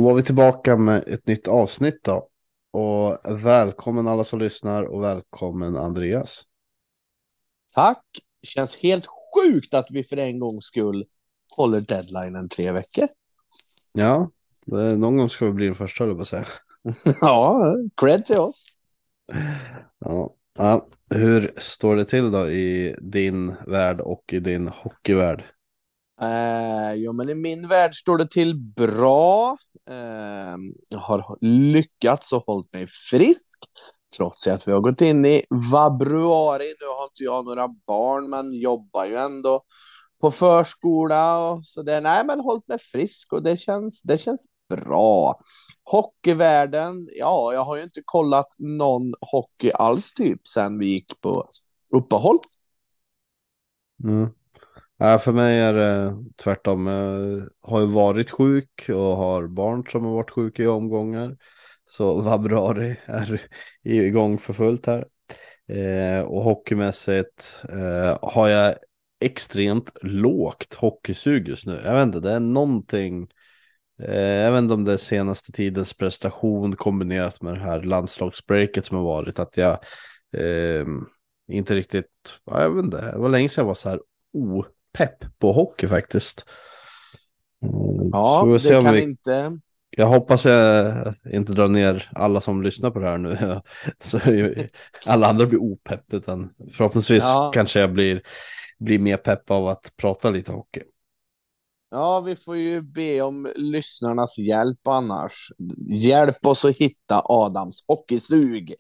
var vi tillbaka med ett nytt avsnitt då. Och välkommen alla som lyssnar och välkommen Andreas. Tack. Känns helt sjukt att vi för en gångs skull håller deadlinen 3 veckor. Ja, någon gång ska vi bli den första, höll jag på att säga. Ja, cred till oss. Ja. Ja, hur står det till då i din värld och i din hockeyvärld? Jo, men i min värld står det till bra. Jag har lyckats och hållit mig frisk. Trots att vi har gått in i februari. Nu har inte jag några barn, men jobbar ju ändå på förskola. Och så det, nej, men hållit mig frisk och det känns bra. Hockeyvärlden, ja, jag har ju inte kollat någon hockey alls typ sen vi gick på uppehåll. Mm. Ja, för mig är det tvärtom. Jag har ju varit sjuk och har barn som har varit sjuka i omgångar. Så februari är igång för fullt här. Och hockeymässigt har jag extremt lågt hockeysug just nu. Jag vet inte, det är någonting. Jag vet inte om det är senaste tidens prestation kombinerat med det här landslagsbreaket som har varit. Att jag eh, inte riktigt, ja, jag vet inte, det var länge sedan jag var så här opepp på hockey faktiskt. Så vi Ja, får det se om kan vi, inte. jag hoppas jag inte drar ner alla som lyssnar på det här nu. Så alla andra blir opepp, utan förhoppningsvis Ja, kanske jag blir mer pepp av att prata lite hockey. ja, vi får ju be om lyssnarnas hjälp annars. Hjälp oss att hitta Adams hockeysug.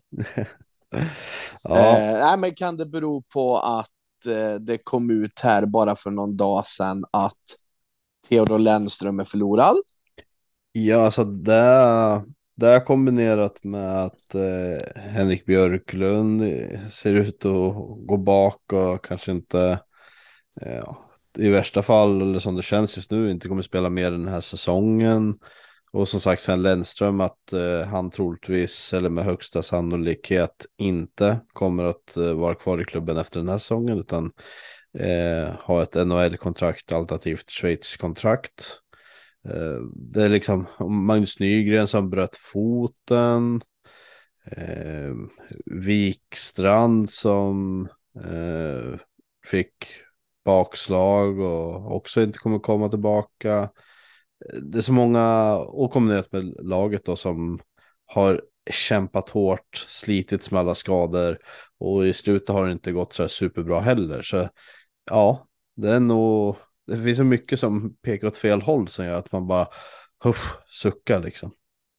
Ja, Nej, men kan det bero på att det kom ut här bara för någon dag sedan att Theodor Lennström är förlorad? ja, alltså det är kombinerat med att Henrik Björklund ser ut att gå bak och kanske inte, ja, i värsta fall, eller som det känns just nu, inte kommer spela mer den här säsongen. Och som sagt sen Lennström att han troligtvis, eller med högsta sannolikhet, inte kommer att vara kvar i klubben efter den här säsongen, utan ha ett NHL-kontrakt alternativt Schweiz-kontrakt. Det är liksom Magnus Nygren som bröt foten. Eh, Wikstrand som fick bakslag och också inte kommer komma tillbaka. Det är så många, och kombinerat med laget då som har kämpat hårt, slitits med alla skador och i slutet har det inte gått så här superbra heller. Så ja, det är nog, det finns så mycket som pekar åt fel håll som gör att man bara suckar liksom.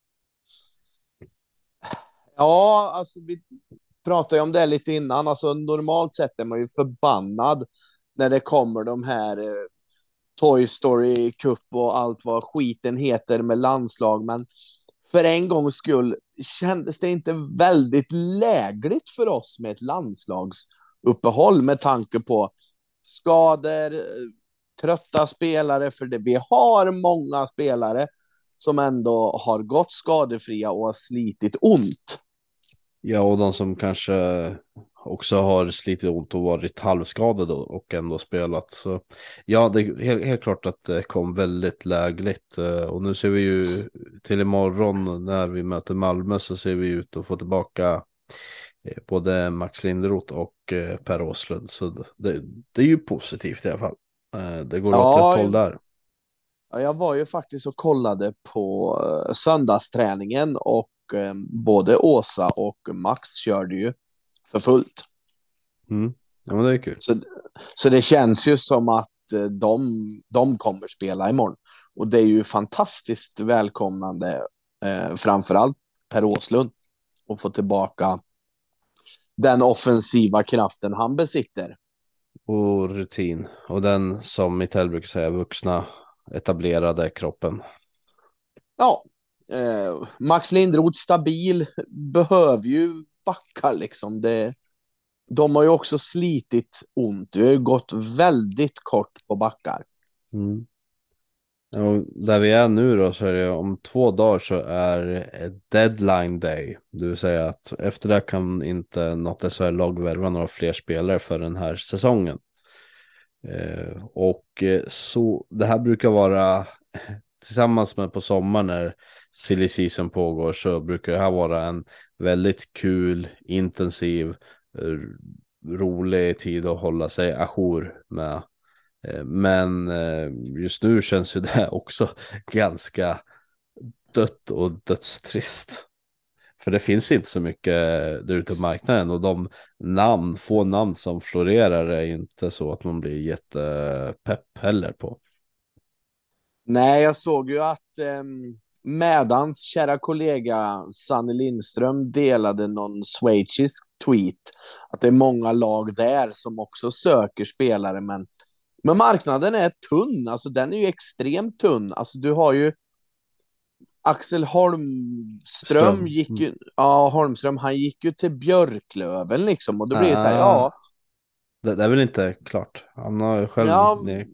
Ja, alltså vi pratade ju om det lite innan. Alltså normalt sett är man ju förbannad när det kommer de här Toy Story Cup och allt vad skiten heter med landslag. Men för en gångs skull kändes det inte väldigt lägligt för oss med ett landslagsuppehåll med tanke på skador, trötta spelare, för det vi har många spelare som ändå har gått skadefria och har slitit ont. Ja, och de som kanske också har slitit ont och varit halvskadade och ändå spelat. Så ja, det är helt klart att det kom väldigt lägligt. Och nu ser vi ju till imorgon när vi möter Malmö, så ser vi ut att få tillbaka både Max Linderoth och Per Åslund. Så det är ju positivt i alla fall. Det går åt rätt Ja, håll där. ja, jag var ju faktiskt och kollade på söndagsträningen och både Åsa och Max körde ju för fullt. Mm. Ja, men det är kul. Så, så det känns ju som att de kommer spela imorgon. Och det är ju fantastiskt välkomnande, framförallt Per Åslund, att få tillbaka den offensiva kraften han besitter. Och rutin. Och den som Mittell brukar säga, vuxna etablerade kroppen. Ja, Max Lindroth stabil, behöver ju backa liksom. De har ju också slitit ont. Det har ju gått väldigt kort på backar. Mm. Och där vi är nu då, så är det om 2 dagar så är deadline day. Det vill säga att efter det kan inte något SHL-lag värva några fler spelare för den här säsongen. Så det här brukar vara tillsammans med på sommaren när silly season pågår, så brukar det här vara en väldigt kul, intensiv, rolig tid att hålla sig ajour med. Men just nu känns ju det också ganska dött och dödstrist. För det finns inte så mycket där ute på marknaden, och de få namn som florerar är inte så att man blir jättepepp heller på. Nej, jag såg ju att Mädans kära kollega Sanne Lindström delade någon schweizisk tweet att det är många lag där som också söker spelare, men marknaden är tunn, alltså den är ju extremt tunn. Alltså du har ju Axel Holmström gick ju, ja, Holmström, han gick ju till Björklöven liksom, och då blir det så här, ja. Det är väl inte klart. Han har ju själv... Ja,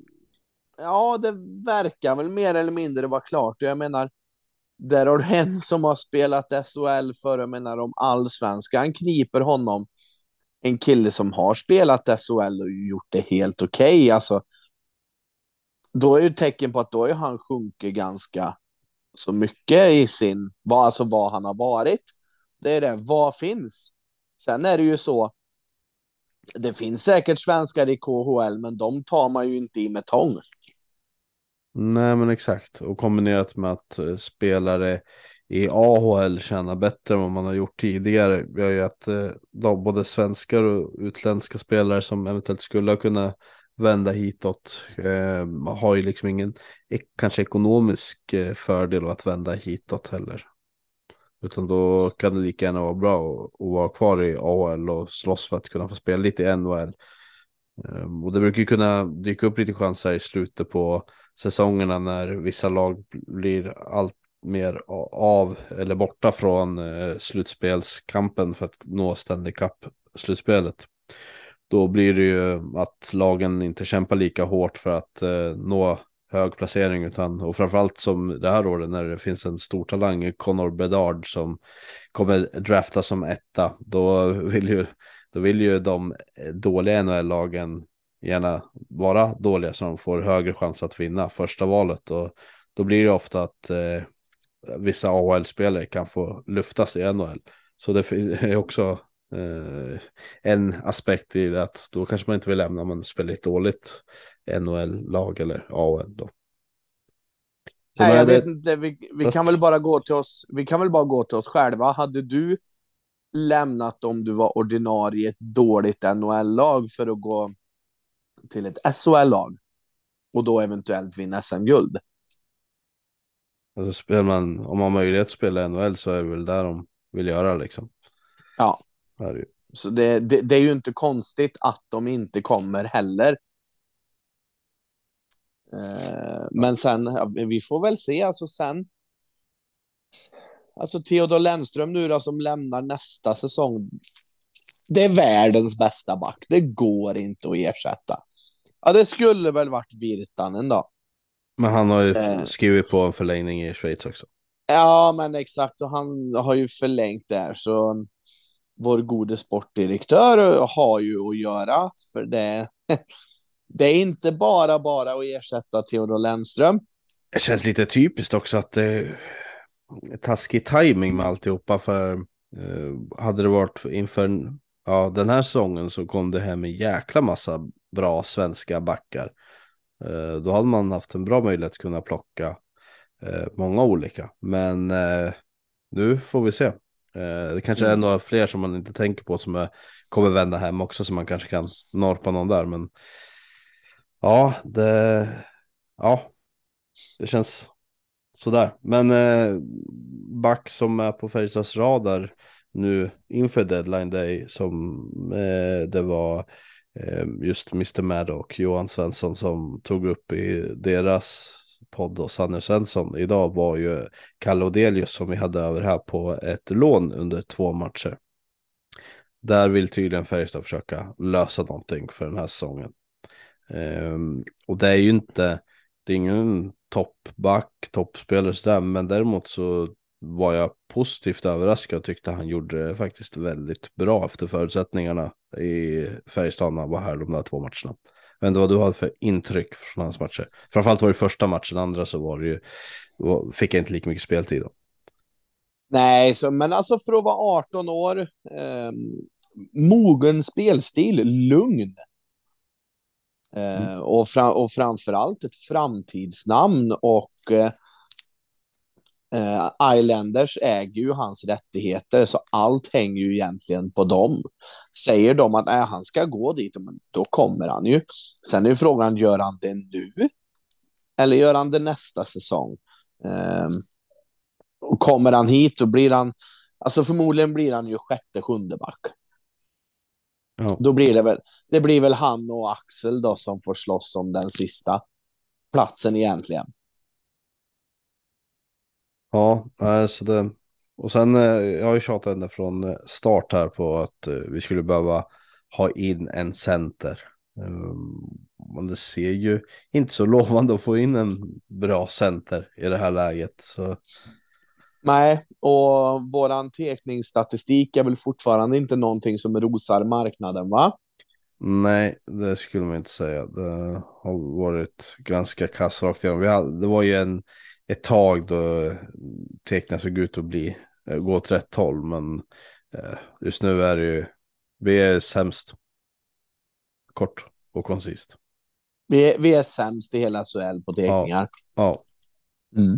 ja, det verkar väl mer eller mindre vara klart. Jag menar, där har du en som har spelat SHL för, jag menar, om allsvenskan kniper honom. En kille som har spelat SHL och gjort det helt okej. Alltså, då är det ett tecken på att då är han sjunkit ganska så mycket i sin, alltså vad han har varit. Det är det, vad finns? Sen är det ju så, det finns säkert svenskar i KHL, men de tar man ju inte i med tång. Nej, men exakt. Och kombinerat med att spelare i AHL tjänar bättre än vad man har gjort tidigare gör ju att både svenskar och utländska spelare som eventuellt skulle kunna vända hitåt har ju liksom ingen kanske ekonomisk fördel av att vända hitåt heller. Utan då kan det lika gärna vara bra att vara kvar i AHL och slåss för att kunna få spela lite i NHL. Och det brukar ju kunna dyka upp lite chanser i slutet på säsongerna när vissa lag blir allt mer av eller borta från slutspelskampen för att nå Stanley Cup-slutspelet. Då blir det ju att lagen inte kämpar lika hårt för att nå hög placering, utan, och framförallt som det här året när det finns en stor talang, Connor Bedard, som kommer drafta som etta, då vill ju de dåliga NHL-lagen gärna vara dåliga så de får högre chans att vinna första valet, och då blir det ofta att vissa AHL-spelare kan få luftas i NHL. Så det är också en aspekt i det, att då kanske man inte vill lämna, man spelar ett dåligt NHL-lag eller AHL då. Så Nej, jag det, vet inte, vi kan väl bara gå till oss, vi kan väl bara gå till oss själva. Hade du lämnat om du var ordinarie i ett dåligt NHL-lag för att gå till ett SHL-lag och då eventuellt vinna SM-guld? alltså spelar man, om man har möjlighet att spela NHL, så är det väl där de vill göra liksom. Ja, Det är ju. så det är ju inte konstigt att de inte kommer heller. Men sen, ja, vi får väl se, alltså sen. Alltså Theodor Lennström nu då, som lämnar nästa säsong. Det är världens bästa back. Det går inte att ersätta. Ja, det skulle väl varit Virtanen då. Men han har ju skrivit på en förlängning i Schweiz också. Ja, men exakt. Och han har ju förlängt där. Så vår gode sportdirektör har ju att göra. För det är inte bara att ersätta Theodor Lennström. Det känns lite typiskt också att det är taskig timing med alltihopa, för hade det varit inför den här säsongen så kom det hem en jäkla massa bra svenska backar. Då hade man haft en bra möjlighet att kunna plocka många olika. Men nu får vi se. Det kanske är några fler som man inte tänker på som kommer vända hem också, så man kanske kan norpa någon där. Men ja, det känns sådär. Men back som är på Färjestads radar nu inför deadline day, som det var just Mr. Mad och Johan Svensson som tog upp i deras podd, och Sanne Svensson idag, var ju Kalle Odelius, som vi hade över här på ett lån under 2 matcher. Där vill tydligen Färjestad försöka lösa någonting för den här säsongen. Och det är ju inte, det är ingen toppback, toppspelare sådär, men däremot så var jag positivt överraskad och tyckte han gjorde det faktiskt väldigt bra efter förutsättningarna i Färjestad när han var här de där 2 matcherna. Men vad du hade för intryck från hans matcher. Framförallt var det första matchen, andra så var det ju, fick jag inte lika mycket speltid då. Nej, men alltså för att vara 18 år, mogen spelstil, lugn. Mm. Och framförallt ett framtidsnamn och Islanders äger ju hans rättigheter så allt hänger ju egentligen på dem. Säger de att han ska gå dit, men då kommer han ju. Sen är ju frågan, gör han det nu? Eller gör han det nästa säsong? Och kommer han hit och blir han, alltså förmodligen blir han ju sjätte, sjunde back. Ja. Då blir det blir väl han och Axel då som får slåss om den sista platsen egentligen. Ja, så det, och sen jag har ju tjatat ända från start här på att vi skulle behöva ha in en center. Men det ser ju inte så lovande att få in en bra center i det här läget. Så. Nej, och våran tekningsstatistik är väl fortfarande inte någonting som rosar marknaden, va? Nej, det skulle man inte säga. Det har varit ganska kass rakt igenom. Det var ju ett tag då tecknen såg ut att gå åt rätt håll, men just nu är det ju, vi är sämst. Kort och koncist. Vi är sämst i hela SHL på Ja, teckningar. ja. Mm.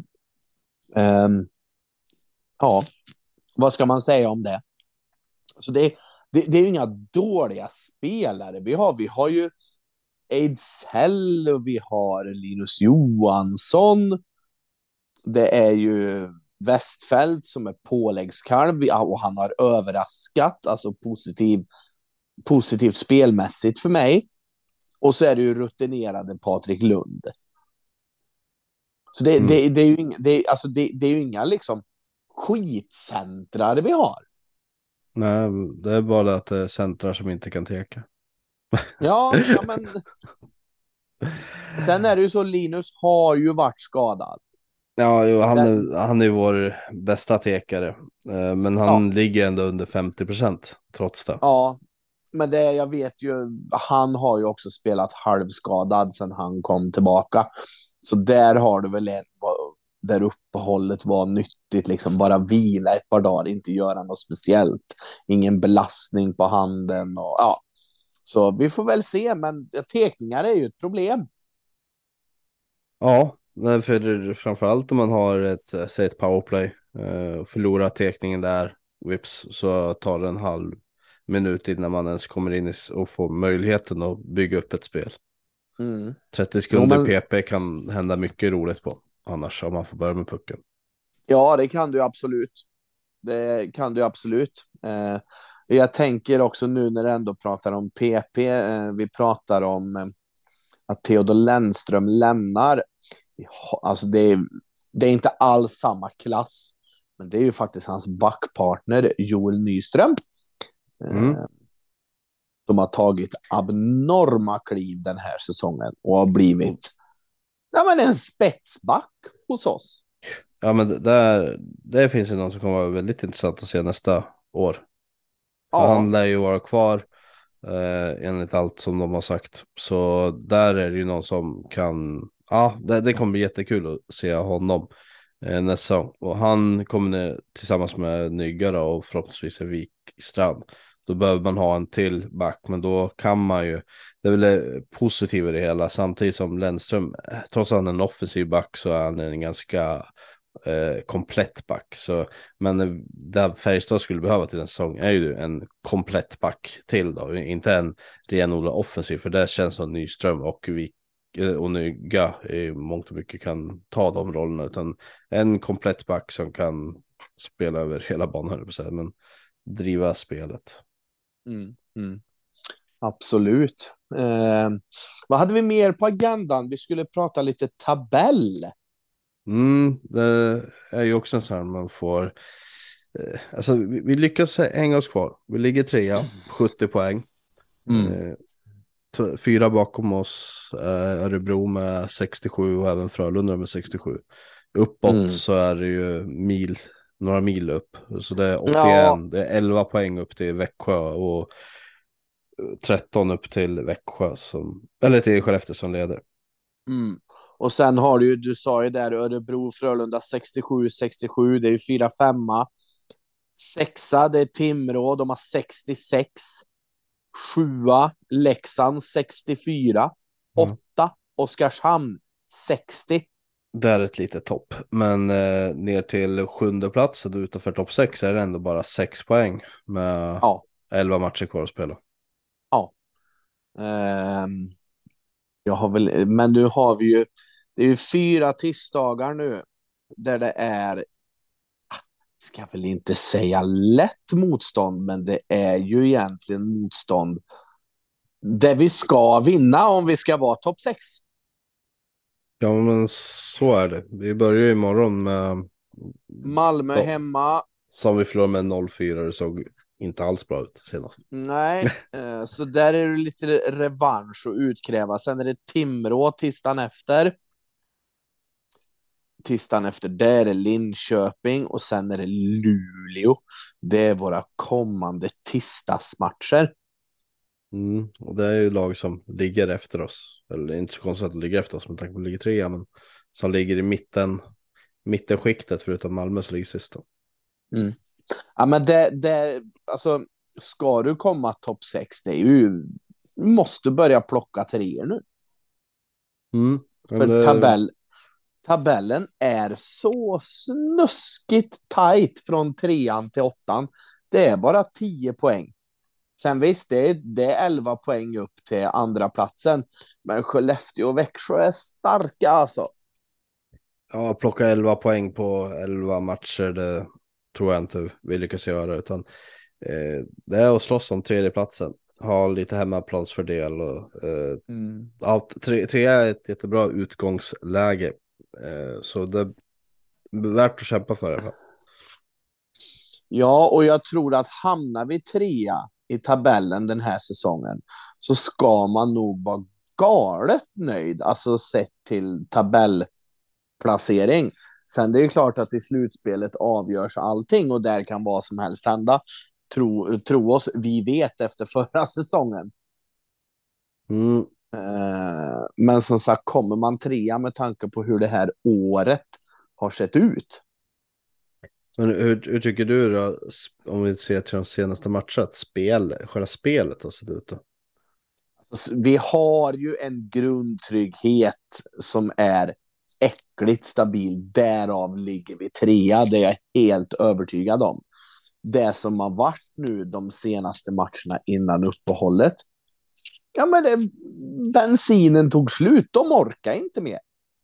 Ja, vad ska man säga om det? Så det är ju inga dåliga spelare vi har ju Ejdsell och vi har Linus Johansson. Det är ju Westfält som är påläggskalv och han har överraskat, alltså positivt spelmässigt för mig. Och så är det ju rutinerade Patrik Lund. Så det är ju det är ju inga liksom skitcentrare vi har. Nej, det är bara att det är centrar som inte kan teka. Ja, men sen är det ju så, Linus har ju varit skadad. Ja, jo, Den, han är ju vår bästa tekare. Men han ja, ligger ändå under 50% trots det. ja, men det jag vet ju, han har ju också spelat halvskadad sedan han kom tillbaka. Så där har du väl där uppehållet var nyttigt, liksom bara vila ett par dagar, inte göra något speciellt. Ingen belastning på handen och ja. Så vi får väl se, men tekningar är ju ett problem. Ja, för framförallt om man har ett powerplay, förlorar tekningen där, vips, så tar det en halv minut innan man ens kommer in och får möjligheten att bygga upp ett spel. Mm. 30 Jo, sekunder men PP kan hända mycket roligt på annars om man får börja med pucken. ja, det kan du absolut. Det kan du absolut. Jag tänker också nu när du ändå pratar om PP, vi pratar om att Theodor Lennström lämnar. Alltså det är inte alls samma klass, men det är ju faktiskt hans backpartner Joel Nyström Mm. som har tagit abnorma kliv den här säsongen och har blivit en spetsback hos oss. Ja, men det finns ju någon som kommer vara väldigt intressant att se nästa år. För Ja, han lär ju vara kvar enligt allt som de har sagt. Så där är det ju någon som kan, ja, det kommer bli jättekul att se honom nästa säsong. Och han kommer tillsammans med Nygara och förhoppningsvis Wikstrand. Då behöver man ha en till back, men då kan man ju, det är väl det positiva i det hela, samtidigt som Lennström, trots att han är en offensiv back så är han en ganska komplett back. Så, men det Färjestad skulle behöva till en säsong är ju en komplett back till då, inte en renodlad offensiv, för det känns som Nyström och Nyga i mångt och mycket kan ta de rollerna, utan en komplett back som kan spela över hela banan, men driva spelet. Mm. Absolut. Vad hade vi mer på agendan? Vi skulle prata lite tabell. Det är ju också en sån här man får alltså vi lyckas hänga oss kvar. Vi ligger 3, 70 poäng. Mm. 4 bakom oss, Örebro med 67 och även Frölunda med 67. Uppåt Mm. så är det ju några mil upp. Så det är 81, Ja, det är 11 poäng upp till Växjö och 13 upp till Växjö eller till Skellefteå som leder. Mm. Och sen har du sa ju där Örebro, Frölunda 67-67, det är ju 4-5. Sexa, det är Timrå, de har 66. Sjua, Leksand 64. Ja. 8, Oskarshamn 60. Där är ett litet topp. Men ner till sjunde platsen utanför topp 6 är det ändå bara 6 poäng med Ja, 11 matcher kvar att spela. ja. Ehm, jag har väl, men nu har vi ju, det är ju 4 tisdagar nu där det är, ska väl inte säga lätt motstånd, men det är ju egentligen motstånd där vi ska vinna om vi ska vara topp 6. Ja, men så är det. Vi börjar ju imorgon med Malmö då, hemma. som vi förlorade med 0-4. Det såg inte alls bra ut senast. Nej, så där är det lite revansch att utkräva. Sen är det Timrå tisdagen efter. Tisdagen efter det är det Linköping och sen är det Luleå. Det är våra kommande tisdagsmatcher. Och det är ju lag som ligger efter oss. Eller inte så konstigt att de ligger efter oss med tanke på att de ligger trea, men som ligger i mittenskiktet förutom Malmö som ligger sist då. Mm. Ja, men alltså, ska du komma topp 6, det är ju, måste börja plocka treor nu. Men För tabellen är så snuskigt tajt från 3:an till 8:an. Det är bara 10 poäng. Sen visst, det är 11 poäng upp till andra platsen. Men Skellefteå och Växjö är starka alltså. ja, plocka 11 poäng på 11 matcher, det tror jag inte vi lyckas göra, utan det är att slåss om tredjeplatsen. Ha lite hemmaplansfördel och ja, tre är ett jättebra utgångsläge. Så det är värt att kämpa för i alla fall. Ja, och jag tror att hamnar vi trea i tabellen den här säsongen så ska man nog vara galet nöjd, alltså sett till tabellplacering. Sen det är klart att i slutspelet avgörs allting och där kan vad som helst hända. Tro oss, vi vet efter förra säsongen. Mm. Men som sagt, kommer man trea med tanke på hur det här året har sett ut. Men hur tycker du då, om vi ser till de senaste matcherna, att själva spelet har sett ut då? Vi har ju en grundtrygghet som är äckligt stabil. Därav ligger vi trea. Det är jag helt övertygad om. Det som har varit nu de senaste matcherna innan uppehållet. Ja, men bensinen tog slut. De orkar inte mer.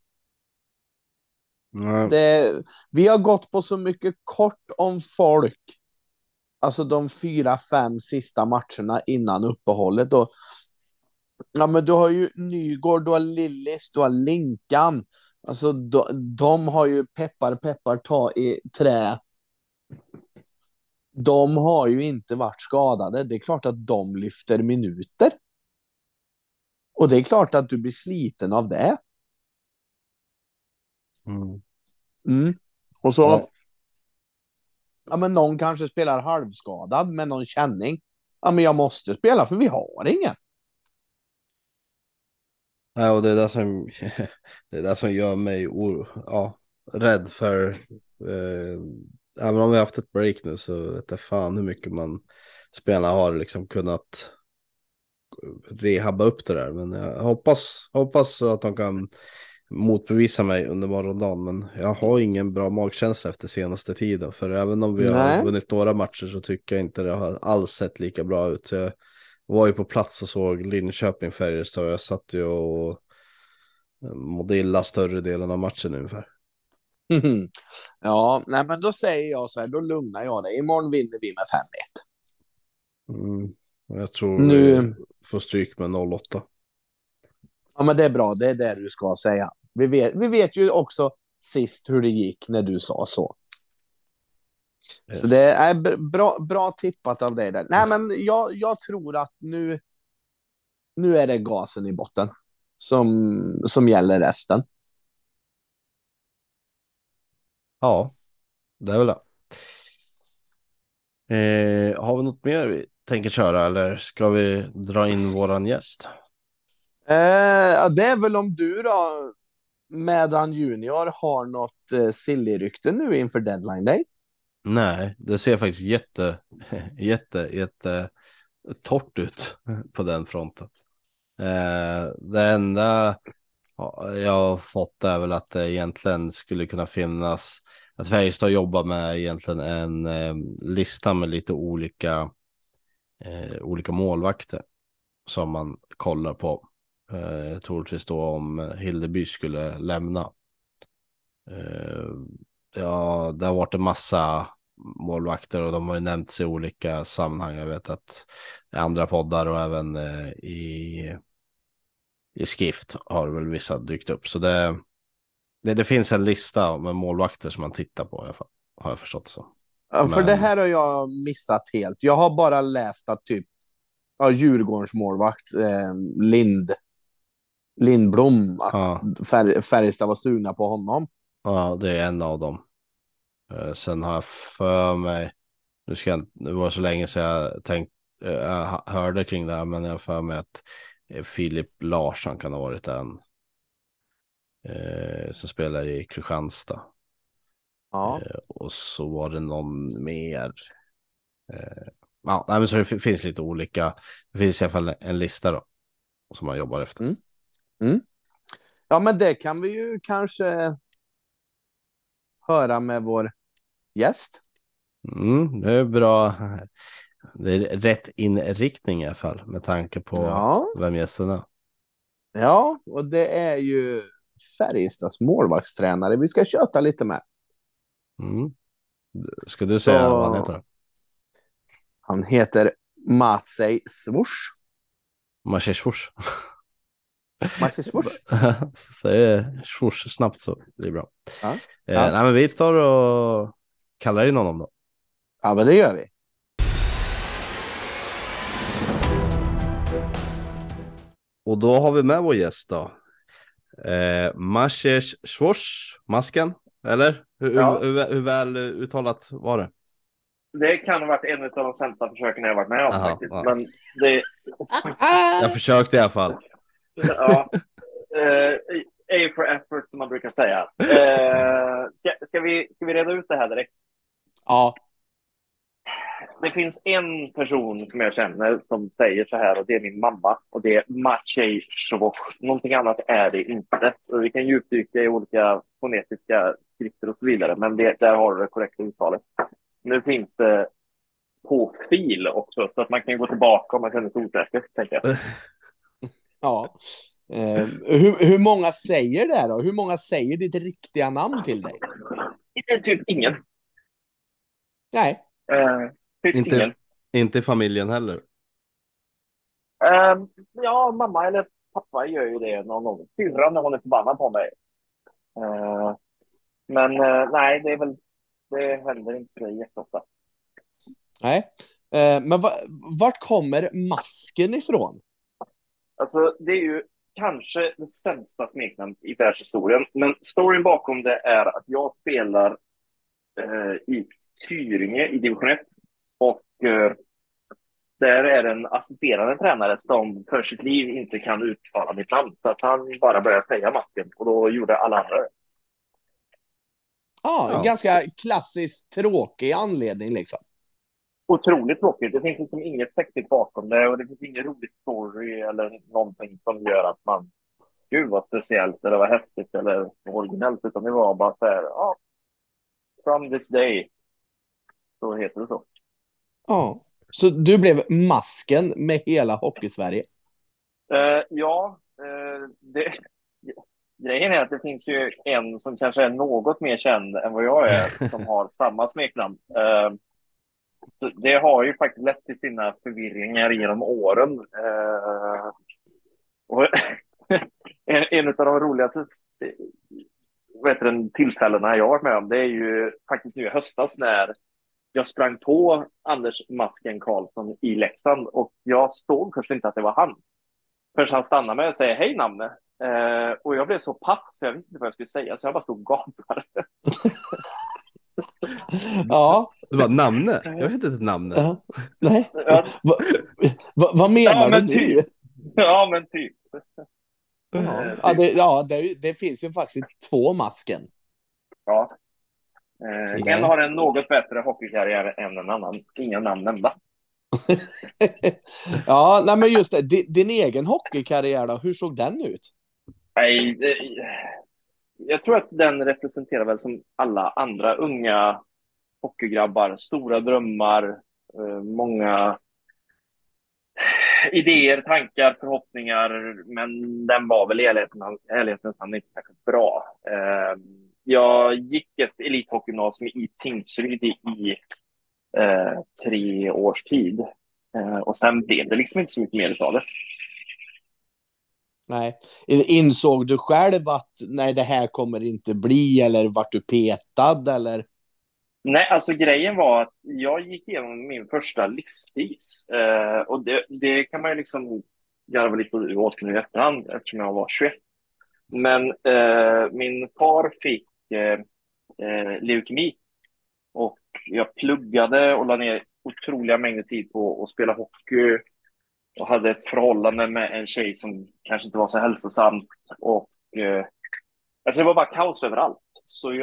Ja. Vi har gått på så mycket kort om folk. Alltså de 4-5 sista matcherna innan uppehållet. Och ja, men du har ju Nygård, du har Lillis, du har Linkan. Alltså de har ju peppar ta i trä. De har ju inte varit skadade. Det är klart att de lyfter minuter. Och det är klart att du blir sliten av det. Mm. Mm. Och så, Nej. ja, men någon kanske spelar halvskadad med någon känning. Ja, men jag måste spela för vi har ingen. Nej, och det är det som, det är det som gör mig rädd för, även om vi har haft ett break nu så vet jag fan hur mycket spelarna har liksom kunnat rehabba upp det där. Men jag hoppas att de kan motbevisa mig under morgondagen, men jag har ingen bra magkänsla efter senaste tiden, för även om vi har Nej. vunnit några matcher så tycker jag inte det har alls sett lika bra ut. Jag var ju på plats och såg Linköping-Färjestad och jag satt ju och mådde illa större delen av matchen ungefär. Ja, nej, men då säger jag så här, då lugnar jag dig. Imorgon vinner vi med 5-1. Och jag tror vi Nu, får stryk med 0-8. ja, men det är bra, det är det du ska säga. Vi vet ju också sist hur det gick när du sa så. Så det Yes. är bra tippat av dig där. Nej, men jag tror att nu är det gasen i botten som gäller resten. Ja, det är väl det. Har vi något mer vi tänker köra eller ska vi dra in våran gäst? Ja, det är väl om du då, medan Junior har något silly-rykte nu inför deadline day. Nej, det ser faktiskt jätte torrt ut på den fronten. Det enda jag har fått är väl att det egentligen skulle kunna finnas att Färjestad jobbar med egentligen en lista med lite olika målvakter som man kollar på. Troligtvis då om Hildeby skulle lämna. Eh, ja, det har varit en massa målvakter och de har ju nämnts i olika sammanhang. Jag vet att i andra poddar och även i skrift har väl vissa dykt upp. Så det finns en lista med målvakter som man tittar på i alla fall, har jag förstått så. Ja, för det Men här har jag missat helt. Jag har bara läst att typ Djurgårdens målvakt Lindblom, att ja, Färjestad var sugna på honom. ja, det är en av dem. Sen har jag för mig, det var så länge sedan jag hörde kring det här, men jag har för mig att Filip Larsson kan ha varit en som spelar i Kristianstad. Ja. Och så var det någon mer. Ja, nej, men så det finns lite olika. Det finns i alla fall en lista då som man jobbar efter. Mm. Mm. Ja, men det kan vi ju kanske höra med vår gäst. Det är bra. Det är rätt inriktning i alla fall med tanke på Ja, vem gästen är. ja, och det är ju Färjestads målvaktstränare vi ska köta lite med. Mm. Ska du Så säga vad han heter? han heter Maciej Swoosh. Maciej. Maciej Swoosh? Säg swoosh snabbt så blir det bra. Ja. Ja. Nej, men vi tar och kallar in honom då. Ja, men det gör vi. Och då har vi med vår gäst då. Maciej Swoosh, masken, eller? Ja, Hur väl uttalat var det? det kan ha varit en av de sämsta försöken jag har varit med om Aha, faktiskt. ja. Men det, Jag försökte i alla fall. ja, A for effort som man brukar säga. Ska vi reda ut det här direkt? Ja. Det finns en person som jag känner som säger så här och det är min mamma och det är Maciej Swoosh. Någonting annat är det inte. Och vi kan djupdyka i olika fonetiska skrifter och så vidare, men där har du det korrekta uttalet. Nu finns det på fil också, så att man kan gå tillbaka om man känner sig osäker, tänker jag. Ja. Hur många säger det då? Hur många säger ditt riktiga namn till dig? Det är typ ingen. Nej. Typ ingen. Inte i familjen heller. Ja, mamma eller pappa gör ju det någon gång. Syrran när hon är förbannad på mig. Men nej, det händer inte jätteofta. Nej. Men vart kommer masken ifrån? Alltså, det är ju kanske det sämsta smeknamnet i världshistorien. Men storyn bakom det är att jag spelar i Tyringe i division 1. Och där är en assisterande tränare som för sitt liv inte kan uttala mitt namn. Så att han bara börjar säga masken och då gjorde alla andra det. Ja, Ja. ganska klassiskt tråkig anledning liksom. Otroligt tråkigt. Det finns liksom inget sexigt bakom det och det finns ingen rolig story eller någonting som gör att man gud vad speciellt eller vad häftigt eller originellt, utan det var bara så här, ja, from this day, så heter det så. Ja. Så du blev masken med hela Hockeysverige? Ja, grejen är att det finns ju en som kanske är något mer känd än vad jag är som har samma smeknamn. Så det har ju faktiskt lett till sina förvirringar genom åren. Och en av de roligaste tillfällena jag har varit med om, det är ju faktiskt nu i höstas när jag sprang på Anders Masken Karlsson i Leksand och jag såg först inte att det var han. Först han stannade med och säger hej namnet. Och jag blev så paff så jag visste inte vad jag skulle säga så jag bara stod och gapade. Ja. Du bara, namne? Jag heter inte namne. Ja. Nej. Ja, Vad ja menar du men nu? typ. Ja, men typ. Ja, Typ. det finns ju faktiskt två masken. Ja. Så En där. har en något bättre hockeykarriär än en annan. Inga namn nämnda. Ja, nej, men just det. Din egen hockeykarriär då, hur såg den ut? Nej, jag tror att den representerar väl som alla andra unga hockeygrabbar. Stora drömmar, många idéer, tankar, förhoppningar. Men den var väl i ärlighetens namn inte särskilt bra. Jag gick ett elithockeygymnasium i Tingsryd i 3 års tid. Och sen blev det liksom inte så mycket mer av det. Nej. Insåg du själv att nej, det här kommer inte bli, eller vart du petad, eller? Nej, alltså grejen var att jag gick igenom min första livskris. Och det kan man ju liksom garva lite åt nu i efterhand eftersom jag var 21. Men min far fick leukemi och jag pluggade och la ner otroliga mängder tid på att spela hockey och hade ett förhållande med en tjej som kanske inte var så hälsosamt. Och alltså det var bara kaos överallt. Så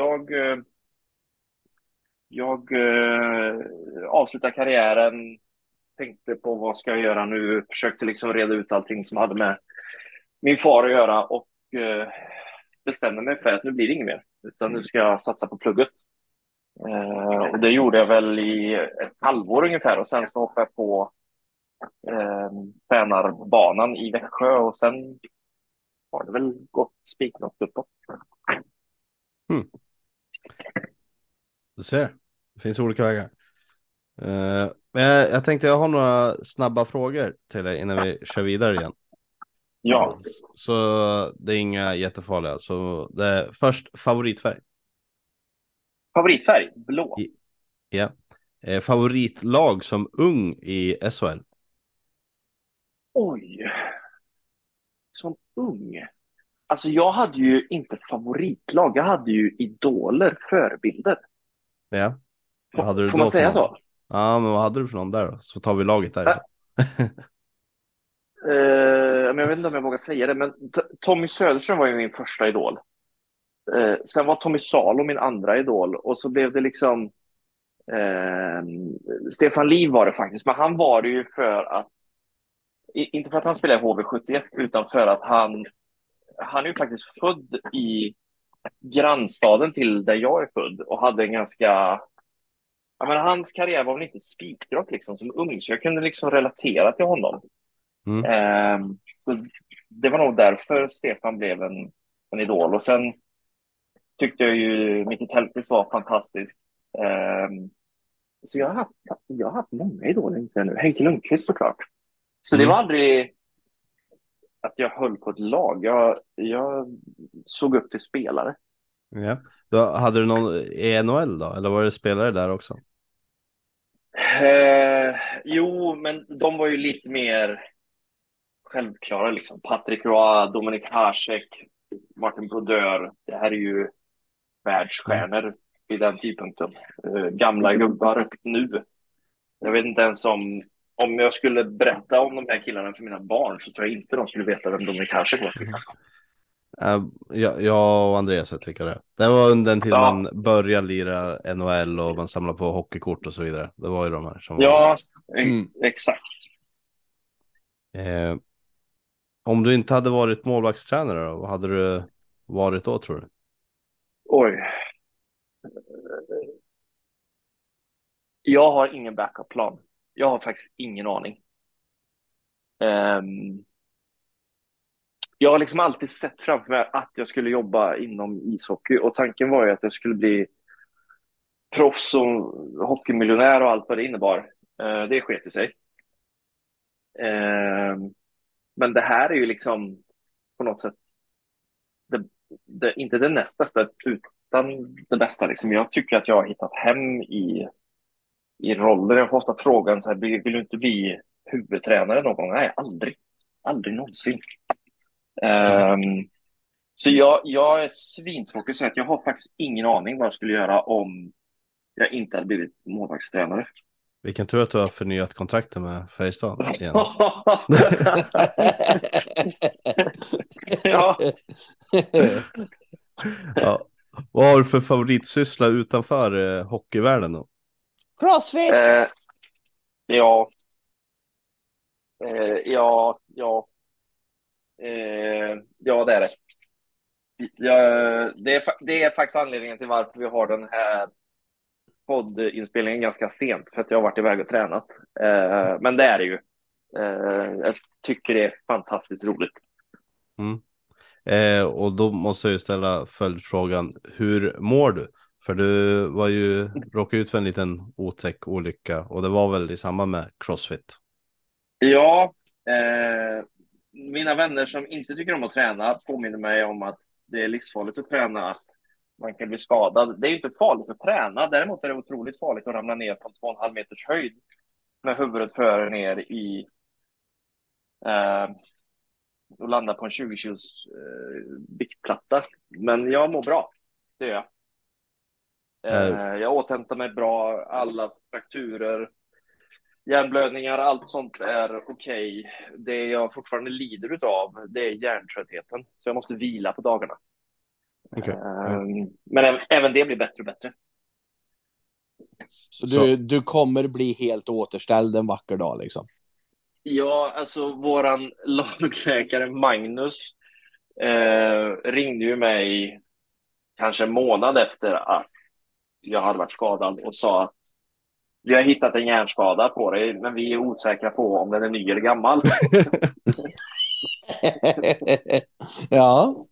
jag avslutade karriären, tänkte på vad ska jag göra nu, försökte liksom reda ut allting som hade med min far att göra och bestämde mig för att nu blir det inget mer, utan nu ska jag satsa på plugget. Och det gjorde jag väl i ett halvår ungefär och sen så hoppade jag på tränarbanan i Växjö och sen har det väl gått spiknat uppåt. Du ser, det finns olika vägar. Men jag tänkte jag har några snabba frågor till dig innan vi kör vidare igen. Ja, Så det är inga jättefarliga. Så det är först favoritfärg. favoritfärg, blå. Ja. Favoritlag som ung i SHL. Oj, som ung. Alltså jag hade ju inte favoritlag, jag hade ju idoler, förebilder. Ja. Vad hade du Får man då för säga någon? så? Ja, men vad hade du för någon där då? Så tar vi laget där. Men jag vet inte om jag vågar säga det, men Tommy Söderström var ju min första idol. Sen var Tommy Salo min andra idol och så blev det liksom eh, Stefan Liv var det faktiskt, men han var det ju för att inte för att han spelade i HV71 utan för att han är ju faktiskt född i grannstaden till där jag är född och hade en ganska jag menar, hans karriär var väl inte spikrak liksom som ung, så jag kunde liksom relatera till honom. Så det var nog därför Stefan blev en idol. Och sen tyckte jag ju Micke Tellqvist var fantastisk. Så jag har haft många idoler, inte jag nu. Henke Lundqvist såklart. Så det var aldrig att jag höll på ett lag. Jag såg upp till spelare. Ja. Då hade du någon i NHL då? Eller var det spelare där också? Jo, men de var ju lite mer självklara liksom. Patrick Roy, Dominik Hasek, Martin Brodeur. Det här är ju världsstjärnor vid den tidpunkten. Gamla gubbar nu. Jag vet inte ens om jag skulle berätta om de här killarna för mina barn så tror jag inte de skulle veta vem Dominik Hasek var. Jag och Andreas vet vilka det är. Det var under den tid Ja. man började lira NHL och man samlade på hockeykort och så vidare. Det var ju de här som var... Ja, exakt. Om du inte hade varit målvaktstränare då, vad hade du varit då tror du? Oj. Jag har ingen backup-plan. Jag har faktiskt ingen aning. Jag har liksom alltid sett framför mig att jag skulle jobba inom ishockey och tanken var ju att jag skulle bli proffs och hockeymiljonär och allt vad det innebar. Det sket i sig. Men det här är ju liksom på något sätt inte det näst bästa utan det bästa. Liksom. Jag tycker att jag har hittat hem i roller. Jag får ofta frågan så här, vill du inte bli huvudtränare någon gång? Nej, aldrig. Aldrig någonsin. Så jag är svintråkig så att jag har faktiskt ingen aning vad jag skulle göra om jag inte hade blivit målvaktstränare. Vilken tur att du har förnyat kontraktet med Färjestad igen. Ja. Ja. Vad har du för favoritsyssla utanför hockeyvärlden då? Crossfit! Ja. Ja. Ja, det är det. Det är faktiskt anledningen till varför vi har den här poddinspelningen ganska sent, för att jag har varit iväg och tränat. Men det är det ju. Jag tycker det är fantastiskt roligt. Mm. Och då måste jag ju ställa följdfrågan, hur mår du? För du råkade ut för en liten otäck olycka, och det var väl i samband med CrossFit? Ja, mina vänner som inte tycker om att träna påminner mig om att det är livsfarligt att träna, att man kan bli skadad. Det är ju inte farligt att träna, däremot är det otroligt farligt att ramla ner från 2,5 meters höjd med huvudet före ner i och landa på en 20 kilos viktplatta. Men jag mår bra, det gör jag. Jag återhämtar mig bra, alla frakturer, hjärnblödningar, allt sånt är okej. Det jag fortfarande lider utav, det är hjärntröttheten. Så jag måste vila på dagarna. Okay. Men även det blir bättre och bättre. Så du kommer bli helt återställd en vacker dag liksom? Ja, alltså våran lagläkare Magnus ringde ju mig kanske en månad efter att jag hade varit skadad och sa att vi har hittat en hjärnskada på dig, men vi är osäkra på om den är ny eller gammal. Ja.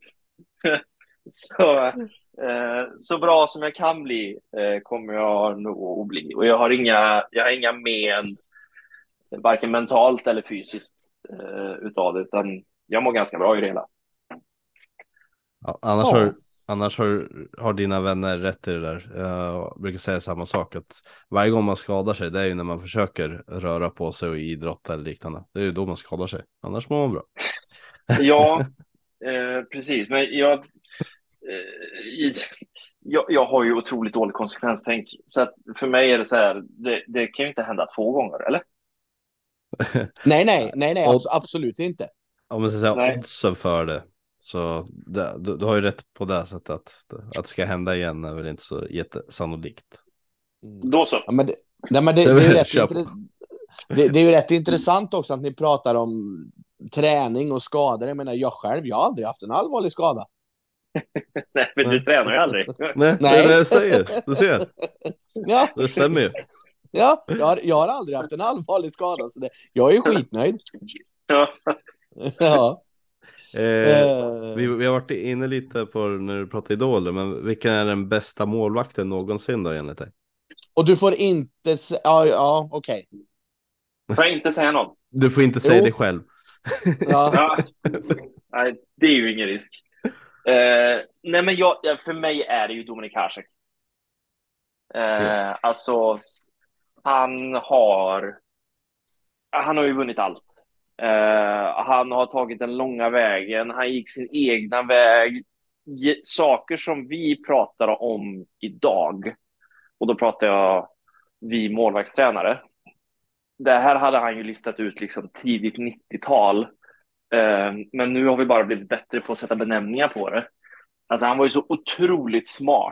Så bra som jag kan bli kommer jag nog att bli. Och jag har inga men, varken mentalt eller fysiskt utav det, utan jag mår ganska bra i det hela. Ja, annars har dina vänner rätt i det där. Jag brukar säga samma sak, att varje gång man skadar sig, det är ju när man försöker röra på sig och idrotta eller liknande. Det är ju då man skadar sig. Annars mår man bra. Ja, precis. Men jag har ju otroligt dålig konsekvenstänk. Så att för mig är det så här, det kan ju inte hända 2 gånger, eller? Nej, absolut inte. Om man ska säga oddsen för det, så du har ju rätt på det sättet, att det ska hända igen är väl inte så jättesannolikt. Då så. Ja, men det är ju rätt intressant också att ni pratar om träning och skador. Jag menar, jag har aldrig haft en allvarlig skada. Nej, men du tränar ju aldrig. Nej, det är det jag säger. Du ser. Ja. Det stämmer ju. Ja, jag har aldrig haft en allvarlig skada, så jag är skitnöjd. Ja. Ja. Vi har varit inne lite på när du pratar idoler, men vilken är den bästa målvakten någonsin då enligt dig? Och du får inte okej. Får jag inte säga någon? Du får inte säga det själv. Ja. Nej, det är ju ingen risk. Nej, men för mig är det ju Dominik Hasek. Alltså, han har ju vunnit allt. Han har tagit den långa vägen. Han gick sin egna väg. Saker som vi pratar om idag, och då pratar jag vi målvaktstränare. Det här hade han ju listat ut liksom tidigt 90-tal. Men nu har vi bara blivit bättre på att sätta benämningar på det. Alltså han var ju så otroligt smart.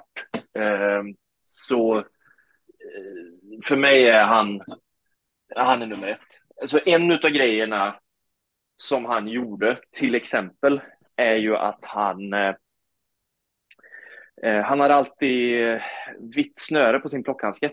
Så för mig är han är nummer 1. Alltså en av grejerna som han gjorde till exempel är ju att han hade alltid vitt snöre på sin plockhandske.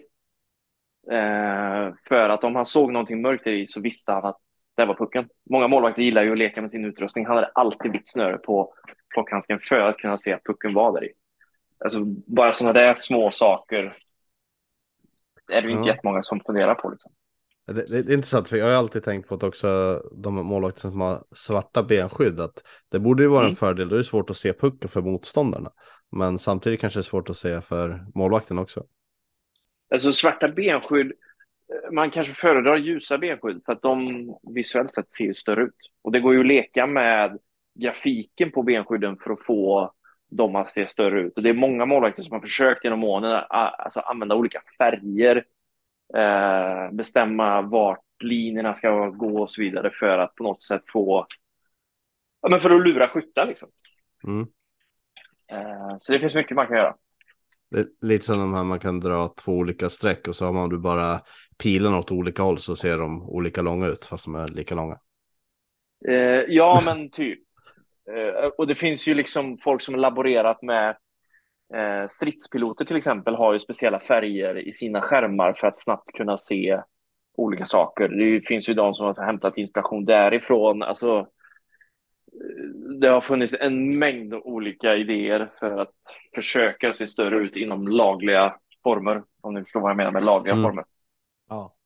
För att om han såg någonting mörkt i så visste han att det var pucken. Många målvakter gillar ju att leka med sin utrustning. Han hade alltid vitt snöre på plockhandsken för att kunna se att pucken var där i. Alltså bara sådana där små saker är det ju inte jättemånga som funderar på liksom. Det är intressant, för jag har alltid tänkt på att också de målvakter som har svarta benskydd, att det borde ju vara en fördel. Då är det svårt att se pucken för motståndarna, men samtidigt kanske det är svårt att se för målvakten också. Alltså svarta benskydd, man kanske föredrar ljusa benskydd för att de visuellt sett ser större ut. Och det går ju att leka med grafiken på benskydden för att få de man ser större ut. Och det är många målvakter som har försökt genom åren alltså använda olika färger, bestämma vart linjerna ska gå och så vidare för att på något sätt få, ja, men för att lura skyttar liksom. Mm. Så det finns mycket man kan göra. Det är lite som de här man kan dra 2 olika streck och så har man du bara pilen åt olika håll så ser de olika långa ut fast de är lika långa. Ja, men typ. Och det finns ju liksom folk som har laborerat med stridspiloter till exempel har ju speciella färger i sina skärmar för att snabbt kunna se olika saker. Det finns ju de som har hämtat inspiration därifrån. Alltså, det har funnits en mängd olika idéer för att försöka se större ut inom lagliga former. Om ni förstår vad jag menar med lagliga former. Ja.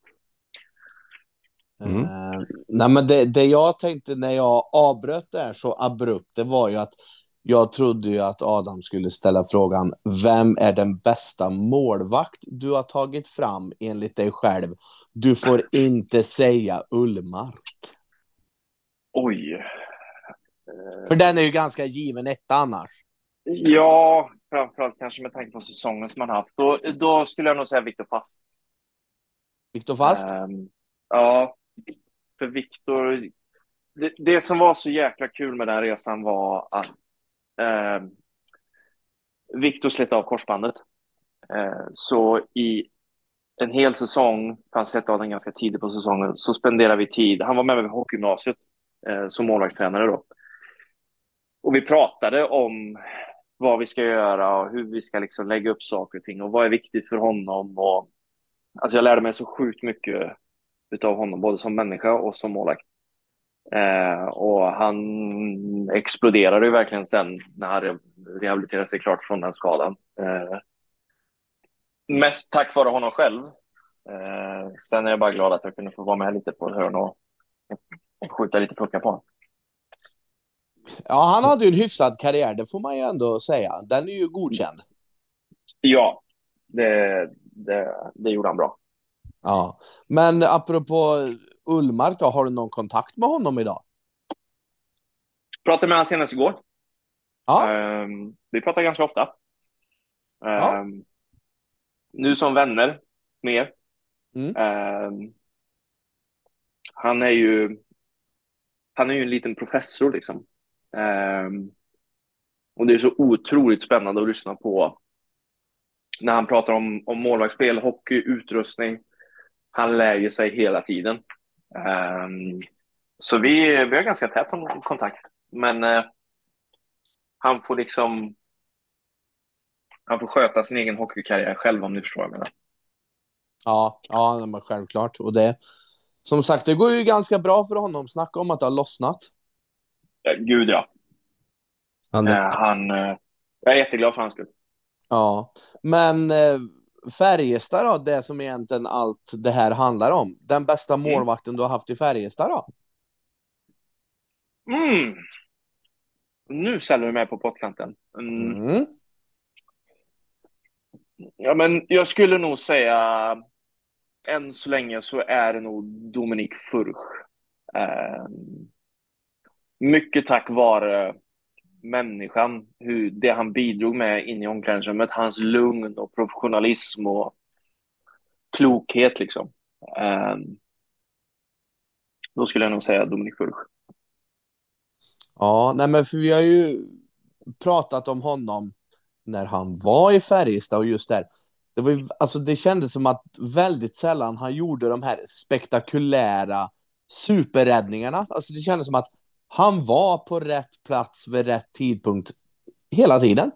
Nej, men det jag tänkte när jag avbröt det här så abrupt, det var ju att jag trodde ju att Adam skulle ställa frågan: vem är den bästa målvakt du har tagit fram enligt dig själv? Du får inte säga Ullmark. Oj. För den är ju ganska given etta annars. Ja, framförallt kanske med tanke på säsongen som man haft. Då skulle jag nog säga Viktor Fast. Viktor Fast? Ja, för Viktor... Det som var så jäkla kul med den här resan var att Viktor slet av korsbandet. Så i en hel säsong, han slet av den ganska tidigt på säsongen, så spenderade vi tid. Han var med vid hockeygymnasiet som målvaktstränare då. Och vi pratade om vad vi ska göra och hur vi ska liksom lägga upp saker och ting och vad är viktigt för honom. Och, alltså jag lärde mig så sjukt mycket utav honom, både som människa och som målvakt. Och han exploderade ju verkligen sen när han rehabiliterade sig klart från den skadan. Mest tack vare honom själv. Sen är jag bara glad att jag kunde få vara med lite på hörn och skjuta lite puckar på honom. Ja, han hade ju en hyfsad karriär, det får man ju ändå säga. Den är ju godkänd. Ja, det gjorde han bra. Ja, men apropå Ullmark då, har du någon kontakt med honom idag? Pratade med honom senast igår. Ja. Vi pratar ganska ofta. Ja. Nu som vänner mer. Han är ju en liten professor liksom. Och det är så otroligt spännande att lyssna på när han pratar om målvaktsspel, hockey, utrustning. Han lär ju sig hela tiden. Så vi har ganska tät kontakt. Men han får sköta sin egen hockeykarriär själv, om ni förstår vad jag menar. Ja, men självklart. Och det, som sagt, det går ju ganska bra för honom. Snacka om att det har lossnat. Gud, ja. Jag är jätteglad för hans skull. Ja, men Färjestad då, det som egentligen allt det här handlar om. Den bästa målvakten du har haft i Färjestad då? Nu ställer du mig på pottkanten. Ja, men jag skulle nog säga än så länge så är det nog Dominik Furch. Mycket tack vare människan, det han bidrog med in i omklädningsrummet, hans lugn och professionalism och klokhet liksom. Då skulle jag nog säga Dominik Furch. Ja, nej, men för vi har ju pratat om honom när han var i Färjestad och just där. Det var ju, alltså det kändes som att väldigt sällan han gjorde de här spektakulära superräddningarna. Alltså det kändes som att han var på rätt plats vid rätt tidpunkt hela tiden.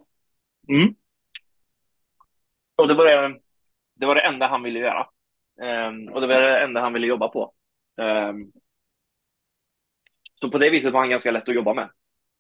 Och det var det enda han ville göra. Och det var det enda han ville jobba på. Så på det viset var han ganska lätt att jobba med.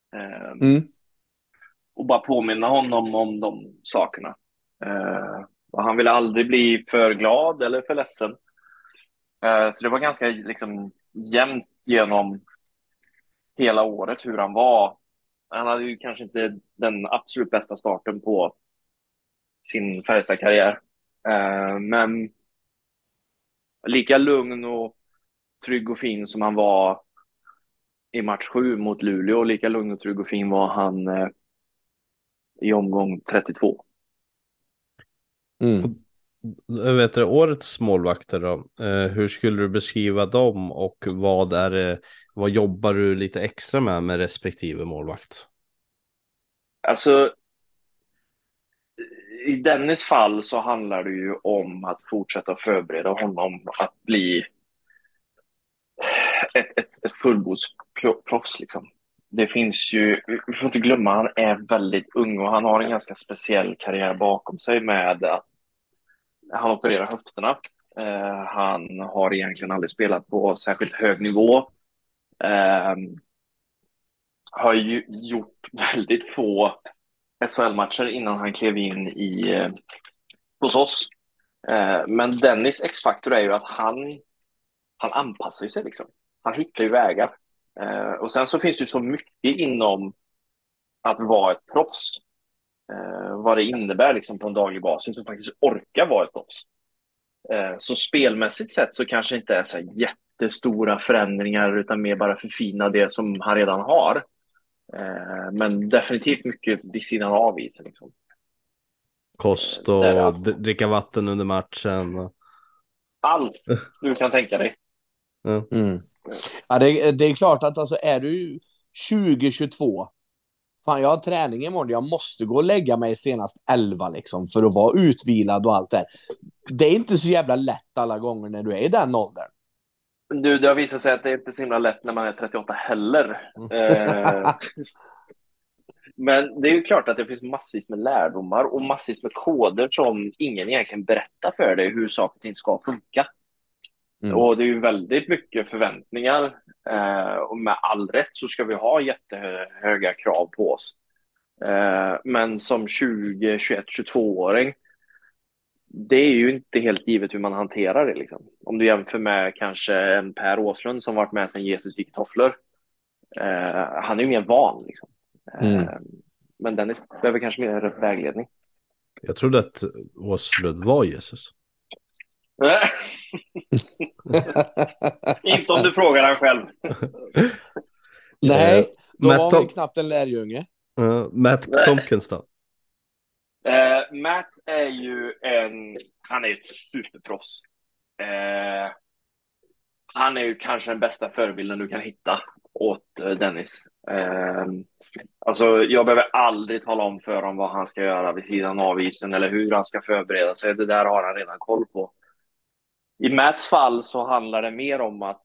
Och bara påminna honom om de sakerna. Och han ville aldrig bli för glad eller för ledsen. Så det var ganska liksom jämnt genom hela året hur han var. Han hade ju kanske inte den absolut bästa starten på sin Färjestad-karriär. Men lika lugn och trygg och fin som han var i match 7 mot Luleå, lika lugn och trygg och fin var han i omgång 32. Mm. Jag vet du, årets målvakter då, hur skulle du beskriva dem och vad jobbar du lite extra med respektive målvakt? Alltså, i Dennis fall så handlar det ju om att fortsätta förbereda honom att bli ett fullblodsproffs liksom. Det finns ju, vi får inte glömma, han är väldigt ung och han har en ganska speciell karriär bakom sig med att han opererar höfterna. Han har egentligen aldrig spelat på särskilt hög nivå. Har ju gjort väldigt få SHL-matcher innan han klev in hos oss. Men Dennis X-faktor är ju att han anpassar sig liksom. Han hittar ju vägar. Och sen så finns det ju så mycket inom att vara ett proffs. Vad det innebär liksom på en daglig basis och faktiskt orka vara ett proffs. Så spelmässigt sett så kanske inte är så här jättestora förändringar utan mer bara förfina det som han redan har. Men definitivt mycket vid sidan av isen liksom. Kost Det är och allt. dricka vatten under matchen. Allt du kan tänka dig. Ja. Mm. Ja, det är klart att alltså, är du 2022, fan jag har träning imorgon, jag måste gå och lägga mig senast 11 liksom, för att vara utvilad och allt det här. Det är inte så jävla lätt alla gånger när du är i den åldern. Du, det har visat sig att det är inte så himla lätt när man är 38 heller. Men det är ju klart att det finns massvis med lärdomar och massvis med koder som ingen egentligen berättar för dig hur saker och ting ska funka. Mm. Och det är ju väldigt mycket förväntningar. Och med all rätt så ska vi ha jättehöga krav på oss. Men som 20, 21, 22-åring, det är ju inte helt givet hur man hanterar det. Liksom. Om du jämför med kanske en Per Åslund som varit med sedan Jesus gick i tofflor. Han är ju mer van. Liksom. Men Dennis behöver kanske mer vägledning. Jag trodde att Åslund var Jesus. Inte om du frågar han själv. Nej, då Matt var han Tom- knappt en lärjunge. Matt Tompkins då? Matt är ju han är ett superproffs. Han är ju kanske den bästa förebilden du kan hitta åt Dennis. Alltså, jag behöver aldrig tala om för honom vad han ska göra vid sidan av isen eller hur han ska förbereda sig. Det där har han redan koll på. I Matts fall så handlar det mer om att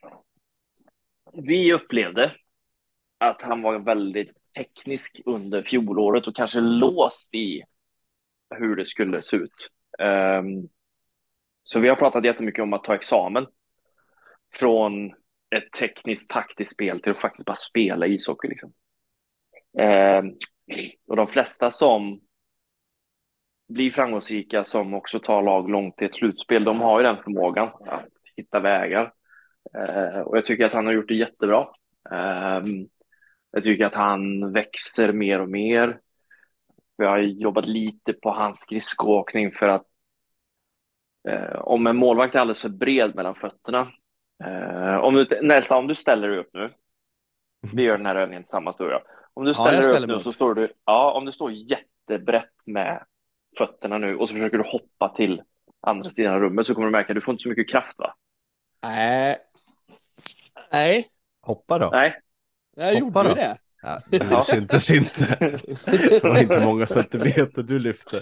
vi upplevde att han var väldigt teknisk under fjolåret och kanske låst i hur det skulle se ut. Så vi har pratat jättemycket om att ta examen från ett tekniskt taktiskt spel till att faktiskt bara spela ishockey liksom. Och de flesta som blir framgångsrika som också tar lag långt till ett slutspel, de har ju den förmågan att hitta vägar. Och jag tycker att han har gjort det jättebra. Jag tycker att han växer mer och mer. Jag har jobbat lite på hans skridskoåkning för att om en målvakt är alldeles för bred mellan fötterna. Nelsa, om du ställer dig upp nu. Vi gör den här övningen tillsammans då. Om du ställer dig upp nu så står du, om du står jättebrett med fötterna nu och så försöker du hoppa till andra sidan av rummet så kommer du märka att du får inte så mycket kraft, va? Nej. Hoppa då. Nej. Jag gjorde ju det. Ja, det syntes inte. Det var inte många centimeter du lyfte.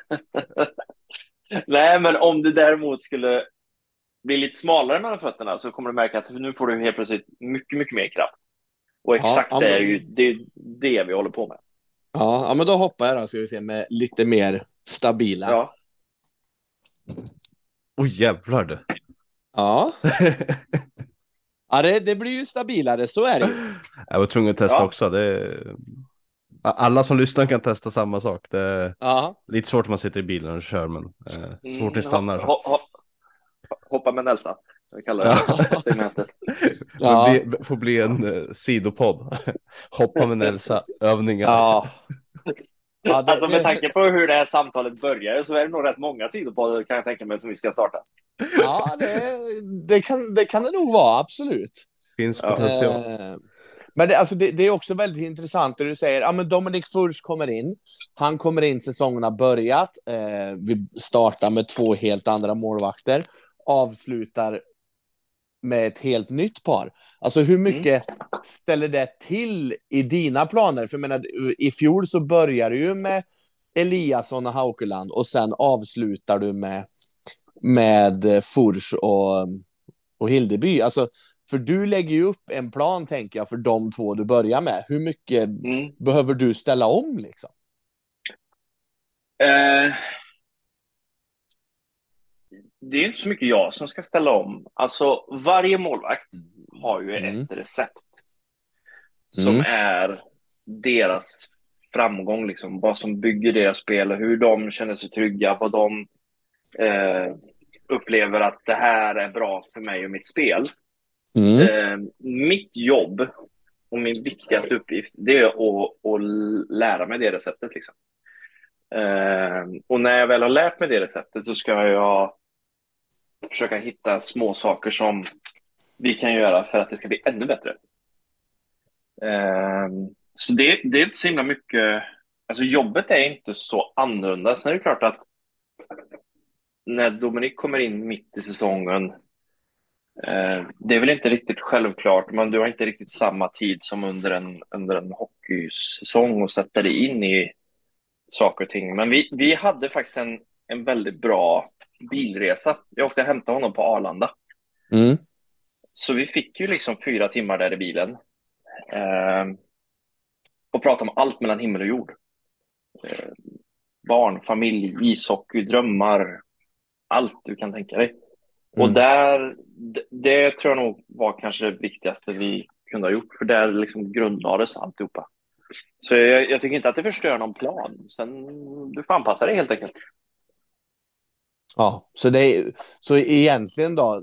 Nej, men om du däremot skulle bli lite smalare mellan fötterna så kommer du märka att nu får du helt plötsligt mycket, mycket mer kraft. Och exakt det är ju det vi håller på med. Ja, men då hoppar jag då, ska vi se, med lite mer stabila. Ja. Jävlar du. Ja. Ja, det blir ju stabilare, så är det ju. Jag var tvungen att testa också. Alla som lyssnar kan testa samma sak. Det är lite svårt om man sitter i bilen och kör, men svårt att stanna. Hoppa med Nelsa. Jag kallar det segmentet. Får bli en sidopodd. Hoppa med Nelsa, övningar. Alltså med tanke på hur det här samtalet börjar så är det nog rätt många sidopoddar kan jag tänka mig som vi ska starta. Ja, det kan det nog vara, absolut. Finns potential. Men det är också väldigt intressant när du säger men Dominic Furch kommer in. Han kommer in, säsongen har börjat. Vi startar med 2 helt andra målvakter. Avslutar med ett helt nytt par. Alltså hur mycket ställer det till i dina planer? För jag menar, i fjol så börjar du ju med Eliasson och Haukeland och sen avslutar du med Furch och Hildeby. Alltså, för du lägger ju upp en plan, tänker jag, för de 2 du börjar med. Hur mycket behöver du ställa om liksom? Det är inte så mycket jag som ska ställa om. Alltså, varje målvakt har ju ett recept som är deras framgång, liksom. Vad som bygger deras spel och hur de känner sig trygga, vad de upplever att det här är bra för mig och mitt spel. Mitt jobb och min viktigaste uppgift, det är att lära mig det receptet, liksom. Och när jag väl har lärt mig det receptet så ska jag försöka hitta små saker som vi kan göra för att det ska bli ännu bättre. Så det är inte så himla mycket. Alltså jobbet är inte så annorlunda. Sen är det klart att när Dominic kommer in mitt i säsongen, det är väl inte riktigt självklart, men du har inte riktigt samma tid som under en hockeysäsong och sätta dig in i saker och ting. Men vi hade faktiskt en väldigt bra bilresa. Jag åkte och hämtade honom på Arlanda. Så vi fick ju liksom 4 timmar där i bilen. Och prata om allt mellan himmel och jord. Barn, familj, ishockey, drömmar. Allt du kan tänka dig. Och det tror jag nog var kanske det viktigaste vi kunde ha gjort. För där liksom grundlades alltihopa. Så jag tycker inte att det förstör någon plan. Sen du får anpassa dig helt enkelt. Ja, så egentligen då,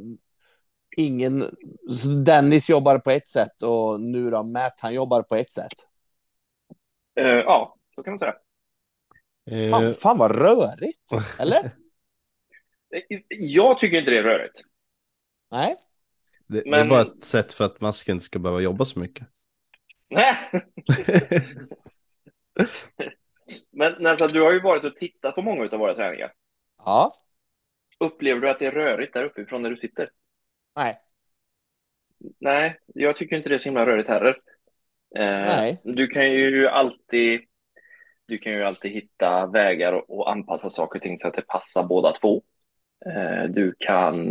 Dennis jobbar på ett sätt och nu då Matt, han jobbar på ett sätt. Ja, så kan man säga. Fan vad rörigt, eller? Jag tycker inte det är rörigt. Nej. Det är bara ett sätt för att masken ska behöva jobba så mycket. Nej. Men alltså, du har ju varit och tittat på många av våra träningar. Ja. Upplever du att det är rörigt där uppifrån när du sitter? Nej. Nej, jag tycker inte det är så himla rörigt heller. Nej. Du kan ju alltid hitta vägar och anpassa saker och ting så att det passar båda två. Du kan...